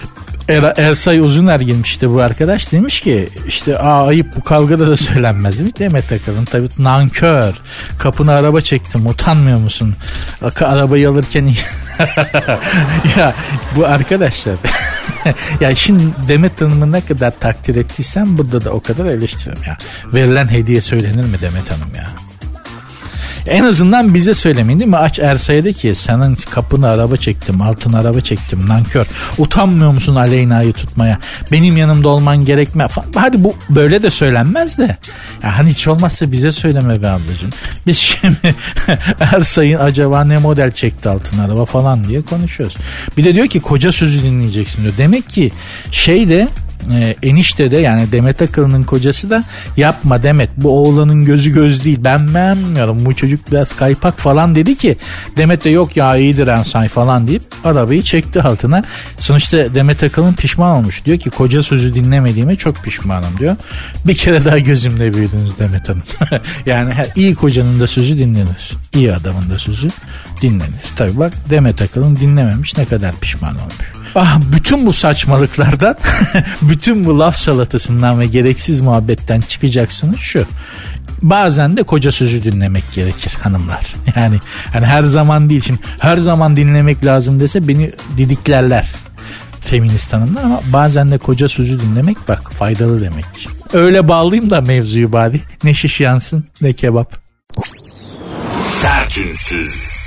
er, Ersay Uzuner girmişti bu arkadaş. Demiş ki işte aa, ayıp, bu kavgada da söylenmez değil mi? Demet Akalın tabii nankör. Kapına araba çektim, utanmıyor musun? Arabayı alırken ya bu arkadaşlar ya şimdi Demet Hanım'ı ne kadar takdir ettiysem burada da o kadar eleştiririm ya. Verilen hediye söylenir mi Demet Hanım ya? En azından bize söylemeyin değil mi? Aç Ersay'a de ki senin kapını araba çektim, altın araba çektim, nankör. Utanmıyor musun Aleyna'yı tutmaya? Benim yanımda olman gerekmez. Hadi bu böyle de söylenmez de. Ya hani hiç olmazsa bize söyleme be ablacığım. Biz şimdi Ersay'ın acaba ne model çekti altın araba falan diye konuşuyoruz. Bir de diyor ki koca sözü dinleyeceksin diyor. Demek ki şey de Ee, enişte de yani Demet Akalın'ın kocası da yapma Demet, bu oğlanın gözü göz değil, ben beğenmiyorum, bu çocuk biraz kaypak falan dedi ki Demet de yok ya iyidir Ensay falan deyip arabayı çekti altına. Sonuçta Demet Akalın pişman olmuş, diyor ki koca sözü dinlemediğime çok pişmanım diyor. Bir kere daha gözümde büyüdünüz Demet Hanım. Yani her iyi kocanın da sözü dinlenir, iyi adamın da sözü dinlenir. Tabii bak Demet Akalın dinlememiş, ne kadar pişman olmuş. Ah, bütün bu saçmalıklardan bütün bu laf salatasından ve gereksiz muhabbetten çıkacaksınız şu: bazen de koca sözü dinlemek gerekir hanımlar. Yani hani her zaman değil, şimdi her zaman dinlemek lazım dese beni didiklerler feminist hanımlar, ama bazen de koca sözü dinlemek bak faydalı demek. Öyle bağlayayım da mevzuyu bari, ne şiş yansın ne kebap. Sertünsüz.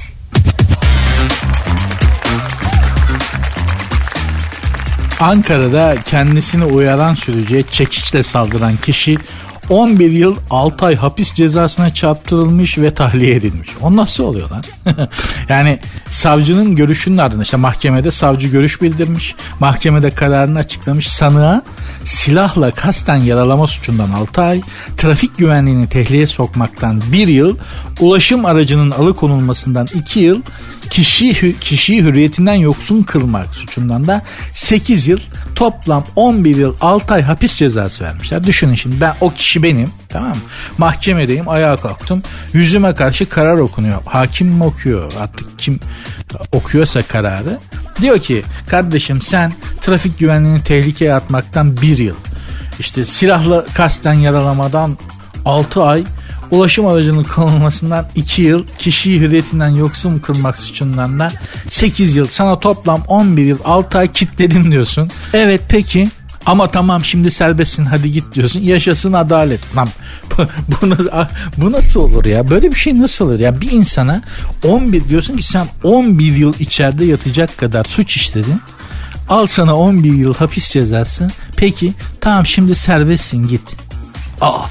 Ankara'da kendisini uyaran sürücüye çekiçle saldıran kişi on bir yıl altı ay hapis cezasına çarptırılmış ve tahliye edilmiş. O nasıl oluyor lan? Yani savcının görüşünün ardından işte mahkemede savcı görüş bildirmiş. Mahkemede kararını açıklamış. Sanığa silahla kasten yaralama suçundan altı ay, trafik güvenliğini tehlikeye sokmaktan bir yıl, ulaşım aracının alıkonulmasından iki yıl, kişi kişiyi hürriyetinden yoksun kılmak suçundan da sekiz yıl, toplam on bir yıl altı ay hapis cezası vermişler. Düşünün şimdi, ben o kişi benim, tamam mı? Mahkemedeyim, ayağa kalktım. Yüzüme karşı karar okunuyor. Hakim mi okuyor? Artık kim okuyorsa kararı. Diyor ki kardeşim, sen trafik güvenliğini tehlikeye atmaktan bir yıl, işte silahla kasten yaralamadan altı ay, ulaşım aracının kullanılmasından iki yıl, kişiyi hürriyetinden yoksun kılmak suçundan da sekiz yıl, sana toplam on bir yıl altı ay kilitledim diyorsun. Evet peki, ama tamam şimdi serbestsin, hadi git diyorsun. Yaşasın adalet. Lan bu, bu, bu nasıl olur ya? Böyle bir şey nasıl olur ya? Bir insana on bir diyorsun ki sen on bir yıl içeride yatacak kadar suç işledin. Al sana on bir yıl hapis cezası. Peki tamam şimdi serbestsin, git. Aa,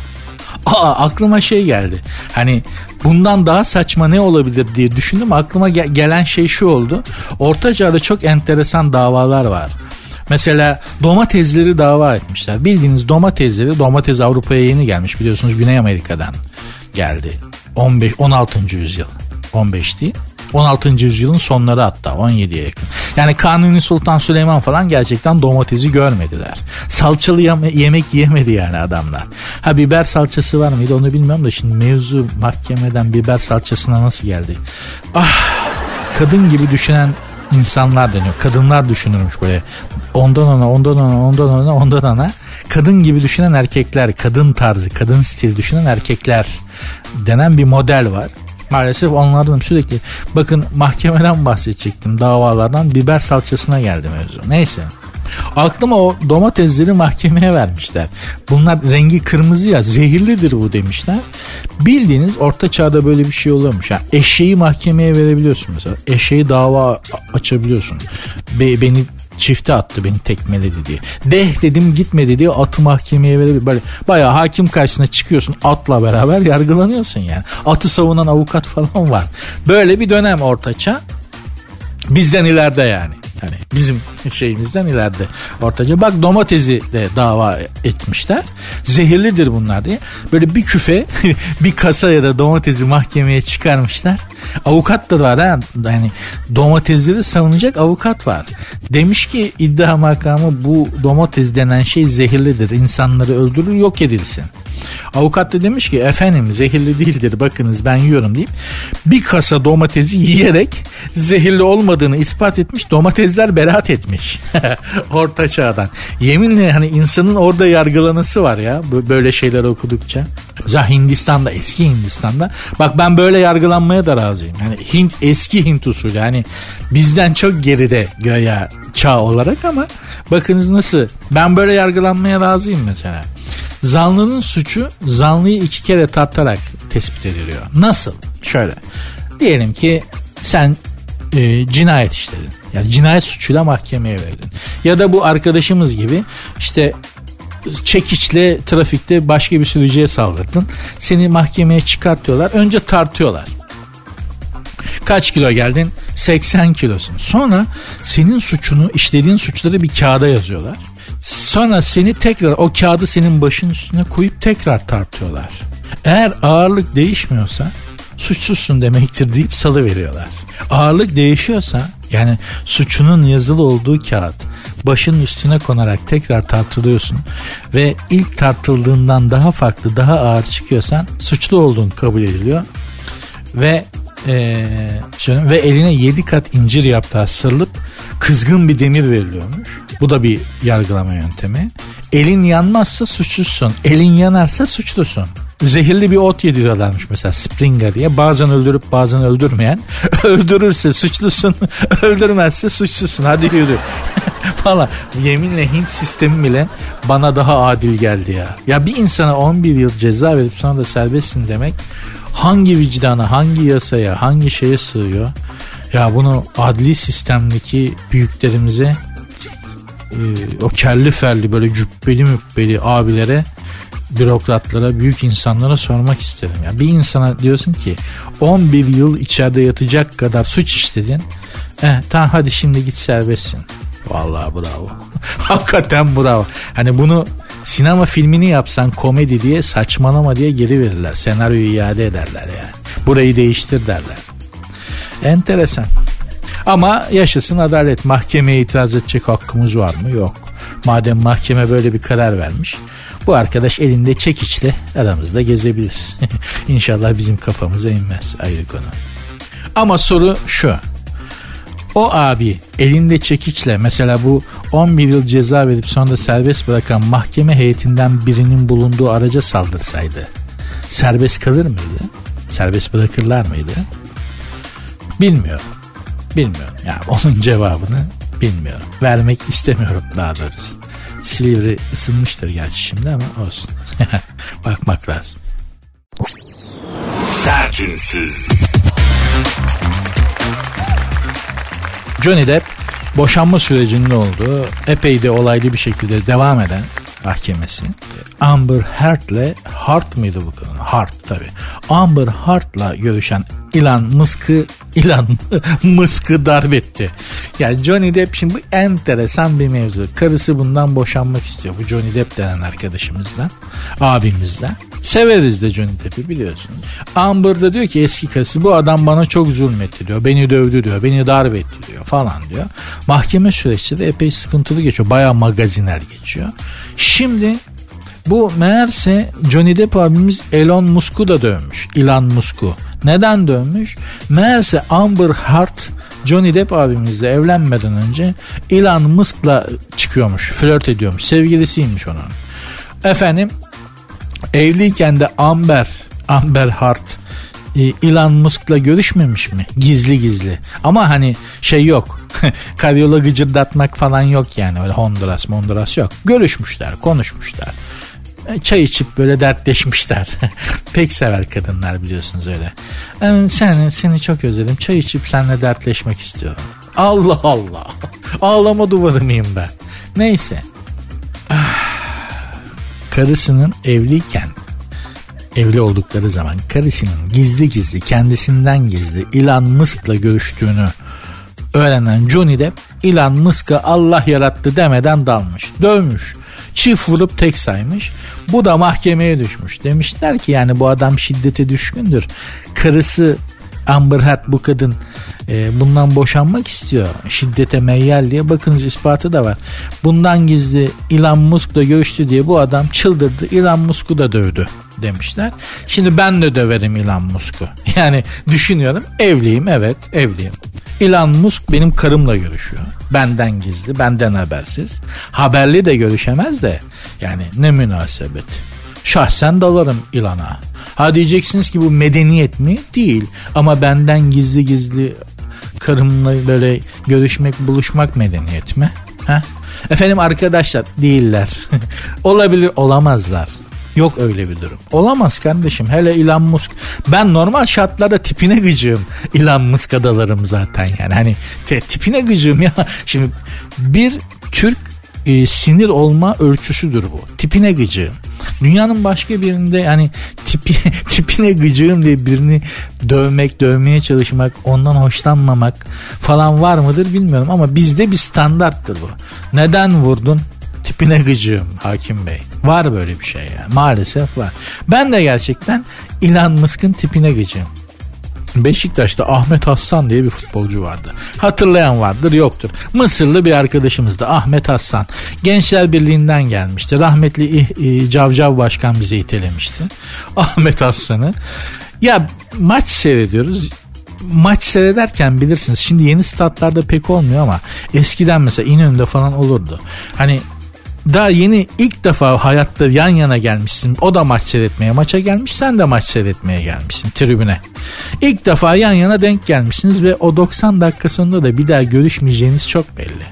aa aklıma şey geldi. Hani bundan daha saçma ne olabilir diye düşündüm. Aklıma ge- gelen şey şu oldu. Orta Çağ'da çok enteresan davalar var. Mesela domatesleri dava etmişler. Bildiğiniz domatesleri, domates Avrupa'ya yeni gelmiş biliyorsunuz, Güney Amerika'dan geldi. on beş on altıncı yüzyıl. on beş değil. on altıncı yüzyılın sonları, hatta on yediye yakın. Yani Kanuni Sultan Süleyman falan gerçekten domatesi görmediler. Salçalı yeme- yemek yemedi yani adamlar. Ha, biber salçası var mıydı onu bilmiyorum da şimdi mevzu mahkemeden biber salçasına nasıl geldi? Ah, kadın gibi düşünen insanlar deniyor. Kadınlar düşünürmüş böyle. Ondan ona, ondan ona, ondan ona, ondan ona. Kadın gibi düşünen erkekler, kadın tarzı, kadın stili düşünen erkekler denen bir model var. Maalesef onlardan sürekli, bakın mahkemeden bahsedecektim, davalardan biber salçasına geldi mevzu. Neyse. Aklıma o domatesleri mahkemeye vermişler. Bunlar rengi kırmızı ya, zehirlidir bu demişler. Bildiğiniz Orta Çağ'da böyle bir şey oluyormuş. Yani eşeği mahkemeye verebiliyorsun mesela. Eşeği dava açabiliyorsun. Be- beni çifte attı, beni tekmeledi diye. Deh dedim gitmedi diye atı mahkemeye verebilir. Böyle bayağı hakim karşısına çıkıyorsun, atla beraber yargılanıyorsun yani. Atı savunan avukat falan var. Böyle bir dönem Orta Çağ. Bizden ileride yani. Yani bizim şeyimizden ileride Ortaca. Bak domatesi de dava etmişler. Zehirlidir bunlar diye. Böyle bir küfe bir kasaya da domatesi mahkemeye çıkarmışlar. Avukat da var ha. Yani domatesleri savunacak avukat var. Demiş ki iddia makamı, bu domates denen şey zehirlidir. İnsanları öldürür, yok edilsin. Avukat da demiş ki efendim zehirli değildir, bakınız ben yiyorum deyip bir kasa domatesi yiyerek zehirli olmadığını ispat etmiş. Domatesler beraat etmiş. Orta Çağ'dan. Yeminle hani insanın orada yargılanası var ya böyle şeyler okudukça. Mesela Hindistan'da, eski Hindistan'da, bak ben böyle yargılanmaya da razıyım. Yani Hint, eski Hint usulü, yani bizden çok geride göya çağ olarak, ama bakınız nasıl, ben böyle yargılanmaya razıyım mesela. Zanlının suçu zanlıyı iki kere tartarak tespit ediliyor. Nasıl? Şöyle. Diyelim ki sen e, cinayet işledin. Yani cinayet suçuyla mahkemeye verdin. Ya da bu arkadaşımız gibi işte çekiçle trafikte başka bir sürücüye saldırdın. Seni mahkemeye çıkartıyorlar. Önce tartıyorlar. Kaç kilo geldin? seksen kilosun. Sonra senin suçunu, işlediğin suçları bir kağıda yazıyorlar. Sonra seni tekrar o kağıdı senin başın üstüne koyup tekrar tartıyorlar. Eğer ağırlık değişmiyorsa suçsuzsun demektir deyip salıveriyorlar. Ağırlık değişiyorsa, yani suçunun yazılı olduğu kağıt başın üstüne konarak tekrar tartılıyorsun ve ilk tartıldığından daha farklı, daha ağır çıkıyorsan suçlu olduğun kabul ediliyor ve Ee, şöyle, ve eline yedi kat incir yaprağı sarılıp kızgın bir demir veriliyormuş. Bu da bir yargılama yöntemi. Elin yanmazsa suçsuzsun, elin yanarsa suçlusun. Zehirli bir ot yediriyorlarmış mesela, Springer diye. Bazen öldürüp bazen öldürmeyen. Öldürürse suçlusun, öldürmezse suçlusun. Hadi yürü. Falan. Yeminle Hint sistemi bile bana daha adil geldi ya. Ya bir insana on bir yıl ceza verip sonra da serbestsin demek hangi vicdana, hangi yasaya, hangi şeye sığıyor? Ya bunu adli sistemdeki büyüklerimize, e, o kelli ferli böyle cübbeli mübbeli abilere, bürokratlara, büyük insanlara sormak isterim. Ya bir insana diyorsun ki on bir yıl içeride yatacak kadar suç işledin. Eh, tamam hadi şimdi git serbestsin. Vallahi bravo. Hakikaten bravo. Hani bunu sinema filmini yapsan komedi diye, saçmalama diye geri verirler. Senaryoyu iade ederler yani. Burayı değiştir derler. Enteresan. Ama yaşasın adalet. Mahkemeye itiraz edecek hakkımız var mı? Yok. Madem mahkeme böyle bir karar vermiş, bu arkadaş elinde çekiçle aramızda gezebilir. İnşallah bizim kafamıza inmez, ayrı konu. Ama soru şu. O abi elinde çekiçle mesela bu on bir yıl ceza verip sonra serbest bırakan mahkeme heyetinden birinin bulunduğu araca saldırsaydı serbest kalır mıydı? Serbest bırakırlar mıydı? Bilmiyorum. Bilmiyorum. Yani onun cevabını bilmiyorum. Vermek istemiyorum daha doğrusu. Silivri ısınmıştır gerçi şimdi ama olsun. Bakmak lazım. Sertünsüz. Johnny Depp boşanma sürecinde olduğu epey de olaylı bir şekilde devam eden mahkemesi. Amber Heard'le Heard mıydı bu kadın? Heard tabii. Amber Heard'la görüşen Elon Musk'ı Elon Musk'ı darp etti. Yani Johnny Depp şimdi bu enteresan bir mevzu. Karısı bundan boşanmak istiyor. Bu Johnny Depp denen arkadaşımızdan, abimizden. Severiz de Johnny Depp'i biliyorsunuz. Amber da diyor ki eski karısı bu adam bana çok zulmetti diyor. Beni dövdü diyor. Beni darp etti diyor falan diyor. Mahkeme süreçte de epey sıkıntılı geçiyor. Bayağı magaziner geçiyor. Şimdi bu meğerse Johnny Depp abimiz Elon Musk'u da dövmüş. Elon Musk'u. Neden dövmüş? Meğerse Amber Heard Johnny Depp abimizle evlenmeden önce Elon Musk'la çıkıyormuş. Flört ediyormuş. Sevgilisiymiş onun. Efendim evliyken de Amber Amber Heard Elon Musk'la görüşmemiş mi? Gizli gizli. Ama hani şey yok. Karyola gıcırdatmak falan yok yani. Öyle Honduras Honduras yok. Görüşmüşler, konuşmuşlar. Çay içip böyle dertleşmişler. Pek sever kadınlar biliyorsunuz öyle. Ee, seni, seni çok özledim. Çay içip seninle dertleşmek istiyorum. Allah Allah. Ağlama duvarı mıyım ben? Neyse. Karısının evliyken, evli oldukları zaman karısının gizli gizli, kendisinden gizli Elon Musk'la görüştüğünü öğrenen Johnny Depp Elon Musk'a Allah yarattı demeden dalmış. Dövmüş. Çift vurup tek saymış. Bu da mahkemeye düşmüş. Demişler ki yani bu adam şiddete düşkündür. Karısı Amber Heard bu kadın e, bundan boşanmak istiyor. Şiddete meyyal diye. Bakınız ispatı da var. Bundan gizli Elon Musk'la görüştü diye bu adam çıldırdı. Elon Musk'u da dövdü demişler. Şimdi ben de döverim Elon Musk'u. Yani düşünüyorum evliyim, evet evliyim. Elon Musk benim karımla görüşüyor. Benden gizli, benden habersiz. Haberli de görüşemez de. Yani ne münasebet. Şahsen dalarım Elon'a. Ha diyeceksiniz ki bu medeniyet mi? Değil. Ama benden gizli gizli karımla böyle görüşmek, buluşmak medeniyet mi? Ha? Efendim arkadaşlar değiller. Olabilir, olamazlar. Yok öyle bir durum. Olamaz kardeşim. Hele Elon Musk. Ben normal şartlarda tipine gıcığım. Elon Musk'a dalarım zaten yani. Hani te, tipine gıcığım ya. Şimdi bir Türk e, sinir olma ölçüsüdür bu. Tipine gıcığım. Dünyanın başka birinde yani tipi, tipine gıcığım diye birini dövmek, dövmeye çalışmak, ondan hoşlanmamak falan var mıdır bilmiyorum ama bizde bir standarttır bu. Neden vurdun? Tipine gıcığım hakim bey. Var böyle bir şey yani. Maalesef var. Ben de gerçekten Elon Musk'ın tipine gıcığım. Beşiktaş'ta Ahmet Hassan diye bir futbolcu vardı. Hatırlayan vardır, yoktur. Mısırlı bir arkadaşımızdı Ahmet Hassan. Gençler Birliği'nden gelmişti. Rahmetli Cavcav Başkan bize itelemişti. Ahmet Hassan'ı. Ya maç seyrediyoruz. Maç seyrederken bilirsiniz şimdi yeni statlarda pek olmuyor ama eskiden mesela İnönü'nde falan olurdu. Hani daha yeni ilk defa hayatta yan yana gelmişsin. O da maç seyretmeye maça gelmiş. Sen de maç seyretmeye gelmişsin tribüne. İlk defa yan yana denk gelmişsiniz ve o doksan dakika sonunda da bir daha görüşmeyeceğiniz çok belli.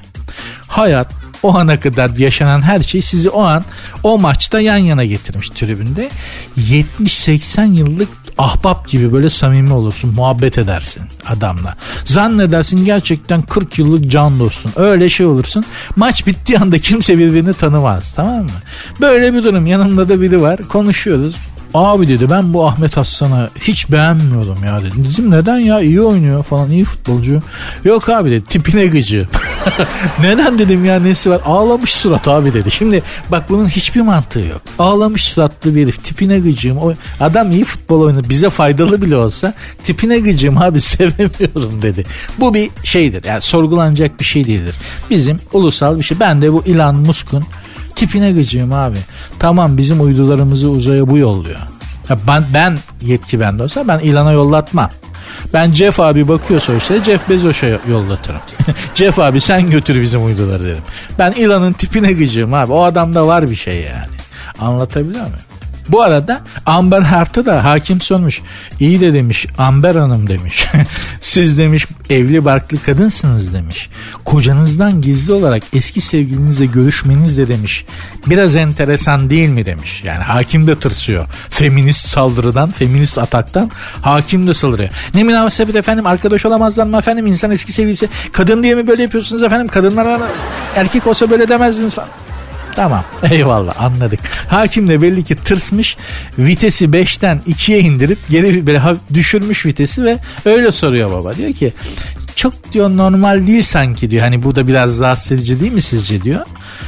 Hayat o ana kadar yaşanan her şey sizi o an o maçta yan yana getirmiş tribünde. yetmiş seksen yıllık ahbap gibi böyle samimi olursun, muhabbet edersin adamla. Zannedersin gerçekten kırk yıllık can dostun. Öyle şey olursun. Maç bittiği anda kimse birbirini tanımaz, tamam mı? Böyle bir durum. Yanımda da biri var. Konuşuyoruz. Abi dedi ben bu Ahmet Hassan'ı hiç beğenmiyorum ya dedi. Dedim neden ya, iyi oynuyor falan, iyi futbolcu. Yok abi dedi tipine gıcı. Neden dedim ya, nesi var? Ağlamış surat abi dedi. Şimdi bak, bunun hiçbir mantığı yok. Ağlamış suratlı bir herif, tipine gıcığım. O adam iyi futbol oynadı, bize faydalı bile olsa tipine gıcığım abi, sevemiyorum dedi. Bu bir şeydir yani, sorgulanacak bir şey değildir. Bizim ulusal bir şey. Ben de bu Elon Musk'un tipine gıcığım abi. Tamam, bizim uydularımızı uzaya bu yolluyor. Ya ben, ben yetki bende olsa ben Elon'a yollatmam. Ben Jeff abi bakıyorsa işte Jeff Bezos'a yollatırım. Jeff abi sen götür bizim uyduları derim. Ben Elon'un tipine gıcığım abi. O adamda var bir şey yani. Anlatabiliyor muyum? Bu arada Amber Heard'a da hakim sormuş. İyi de demiş, Amber Hanım demiş. Siz demiş evli barklı kadınsınız demiş. Kocanızdan gizli olarak eski sevgilinizle görüşmeniz de demiş biraz enteresan değil mi demiş. Yani hakim de tırsıyor. Feminist saldırıdan, feminist ataktan hakim de saldırıyor. Ne münasebet efendim, arkadaş olamazlar mı efendim, insan eski sevgilisi. Kadın diye mi böyle yapıyorsunuz efendim, kadınlara erkek olsa böyle demezdiniz falan. Tamam, eyvallah, anladık. Hakim de belli ki tırsmış, vitesi beşten ikiye indirip geri böyle düşürmüş vitesi ve öyle soruyor baba. Diyor ki çok diyor normal değil sanki diyor. Hani bu da biraz rahatsız edici değil mi sizce diyor.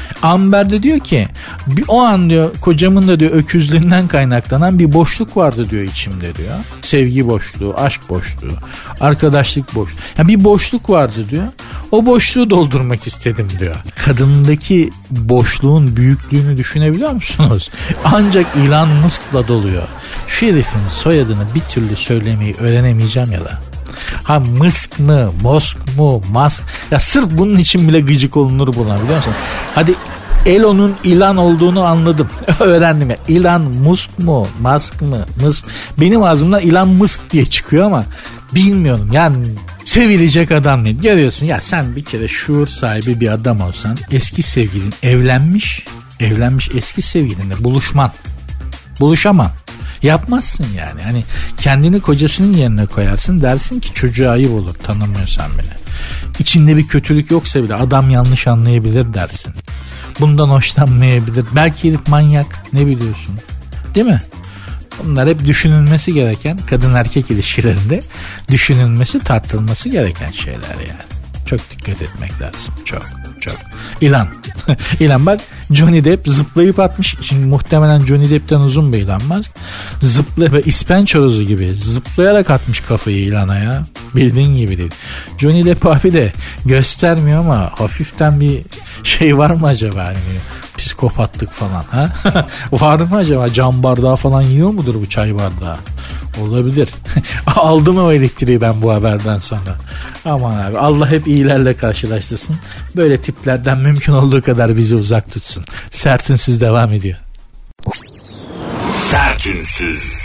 Amber de diyor ki bir, o an diyor kocamın da diyor öküzlüğünden kaynaklanan bir boşluk vardı diyor içimde diyor. Sevgi boşluğu, aşk boşluğu, arkadaşlık boşluğu. Yani bir boşluk vardı diyor. O boşluğu doldurmak istedim diyor. Kadındaki boşluğun büyüklüğünü düşünebiliyor musunuz? Ancak Elon Musk'la doluyor. Şu herifin soyadını bir türlü söylemeyi öğrenemeyeceğim ya da. Ha Musk mı, Mosk mu, Musk. Ya sırf bunun için bile gıcık olunur buna, biliyor musun? Hadi Elon'un Elon olduğunu anladım. Öğrendim ya. Elon Musk mu, Musk mı, Musk. Benim ağzımdan Elon Musk diye çıkıyor ama bilmiyorum. Yani sevilecek adam değil. Görüyorsun ya, sen bir kere şuur sahibi bir adam olsan, eski sevgilin evlenmiş, evlenmiş eski sevgilinle buluşman, buluşaman. Yapmazsın yani. Hani kendini kocasının yerine koyarsın, dersin ki çocuğa ayıp olur tanımıyorsan beni. İçinde bir kötülük yoksa bile adam yanlış anlayabilir dersin. Bundan hoşlanmayabilir. Belki herif manyak, ne biliyorsun? Değil mi? Bunlar hep düşünülmesi gereken, kadın erkek ilişkilerinde düşünülmesi, tartılması gereken şeyler yani. Çok dikkat etmek lazım. Çok çok. İlan. İlan bak, Johnny Depp zıplayıp atmış. Şimdi muhtemelen Johnny Depp'ten uzun bir İlan Musk. Zıpla ve ispenç horozu gibi zıplayarak atmış kafayı İlan'a ya. Bildiğin gibi değil. Johnny Depp abi de göstermiyor ama hafiften bir şey var mı acaba? Yani psikopatlık falan. Ha? Var mı acaba? Cam bardağı falan yiyor mudur bu çay bardağı? Olabilir. Aldım o elektriği ben bu haberden sonra. Aman abi, Allah hep iyilerle karşılaştırsın. Böyle tiplerden mümkün olduğu kadar bizi uzak tutsun. Sertünsüz devam ediyor. Sertünsüz.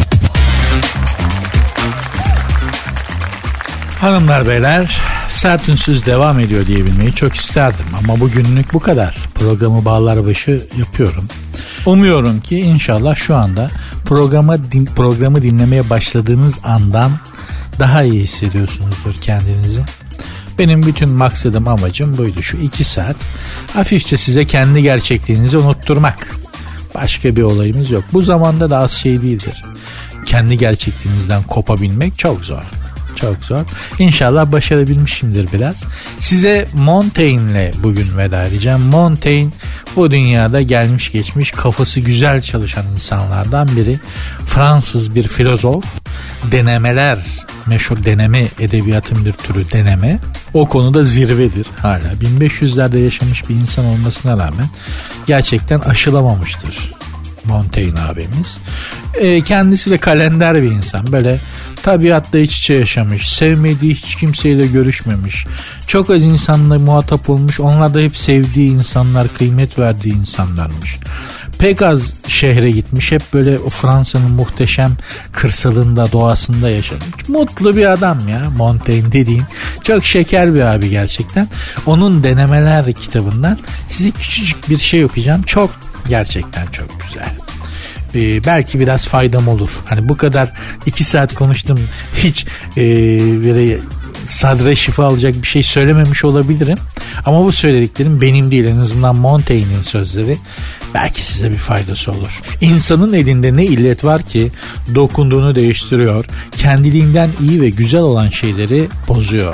Hanımlar beyler, Sertünsüz devam ediyor diyebilmeyi çok isterdim ama bugünlük bu kadar. Programı bağlar başı yapıyorum. Umuyorum ki inşallah şu anda programa din, programı dinlemeye başladığınız andan daha iyi hissediyorsunuzdur kendinizi. Benim bütün maksadım, amacım buydu. Şu iki saat hafifçe size kendi gerçekliğinizi unutturmak. Başka bir olayımız yok. Bu zamanda da az şey değildir. Kendi gerçekliğinizden kopabilmek çok zor. Çok zor. İnşallah başarabilmişimdir biraz. Size Montaigne'le bugün veda edeceğim. Montaigne bu dünyada gelmiş geçmiş kafası güzel çalışan insanlardan biri. Fransız bir filozof. Denemeler, meşhur deneme edebiyatın bir türü deneme. O konuda zirvedir hala. bin beş yüzlerde yaşamış bir insan olmasına rağmen gerçekten aşılamamıştır Montaigne abimiz. E, kendisi de kalender bir insan. Böyle tabiatla iç içe yaşamış. Sevmediği hiç kimseyle görüşmemiş. Çok az insanla muhatap olmuş. Onlar da hep sevdiği insanlar, kıymet verdiği insanlarmış. Pek az şehre gitmiş. Hep böyle o Fransa'nın muhteşem kırsalında, doğasında yaşamış. Mutlu bir adam ya Montaigne dediğin. Çok şeker bir abi gerçekten. Onun Denemeler kitabından size küçücük bir şey okuyacağım. Çok, gerçekten çok güzel. Ee, belki biraz faydam olur. Hani bu kadar iki saat konuştum, hiç e, böyle sadre şifa alacak bir şey söylememiş olabilirim. Ama bu söylediklerim benim değil, en azından Montaigne'in sözleri. Belki size bir faydası olur. İnsanın elinde ne illet var ki dokunduğunu değiştiriyor, kendiliğinden iyi ve güzel olan şeyleri bozuyor.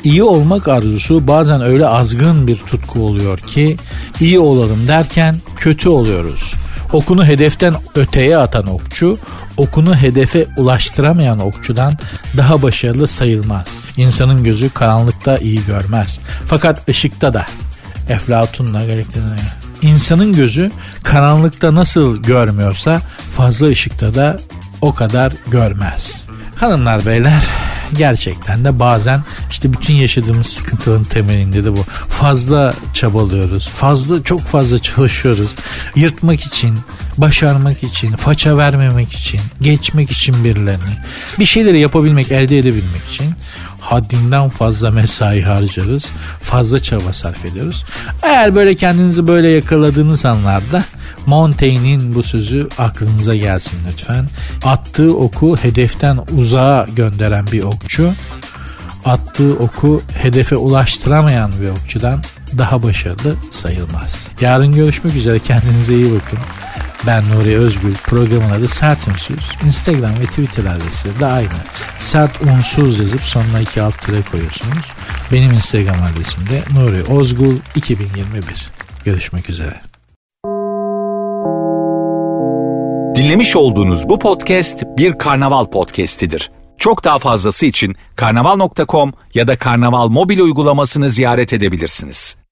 İyi olmak arzusu bazen öyle azgın bir tutku oluyor ki iyi olalım derken kötü oluyoruz. Okunu hedeften öteye atan okçu, okunu hedefe ulaştıramayan okçudan daha başarılı sayılmaz. İnsanın gözü karanlıkta iyi görmez. Fakat ışıkta da. Eflatun'la gerektiğine. İnsanın gözü karanlıkta nasıl görmüyorsa fazla ışıkta da o kadar görmez. Hanımlar beyler, gerçekten de bazen işte bütün yaşadığımız sıkıntıların temelinde de bu. Fazla çabalıyoruz. Fazla çok fazla çalışıyoruz. Yırtmak için, başarmak için, faça vermemek için, geçmek için birilerini. Bir şeyleri yapabilmek, elde edebilmek için haddinden fazla mesai harcarız. Fazla çaba sarf ediyoruz. Eğer böyle kendinizi böyle yakaladığınız anlarda Montaigne'in bu sözü aklınıza gelsin lütfen. Attığı oku hedeften uzağa gönderen bir okçu, attığı oku hedefe ulaştıramayan bir okçudan daha başarılı sayılmaz. Yarın görüşmek üzere, kendinize iyi bakın. Ben Nuri Özgül, programın adı Sert Unsuz. Instagram ve Twitter adresi de aynı. Sert Unsuz yazıp sonuna iki alt tire koyuyorsunuz. Benim Instagram adresim de Nuri Ozgul iki bin yirmi bir. Görüşmek üzere. Dinlemiş olduğunuz bu podcast bir Karnaval podcastidir. Çok daha fazlası için karnaval nokta com ya da Karnaval mobil uygulamasını ziyaret edebilirsiniz.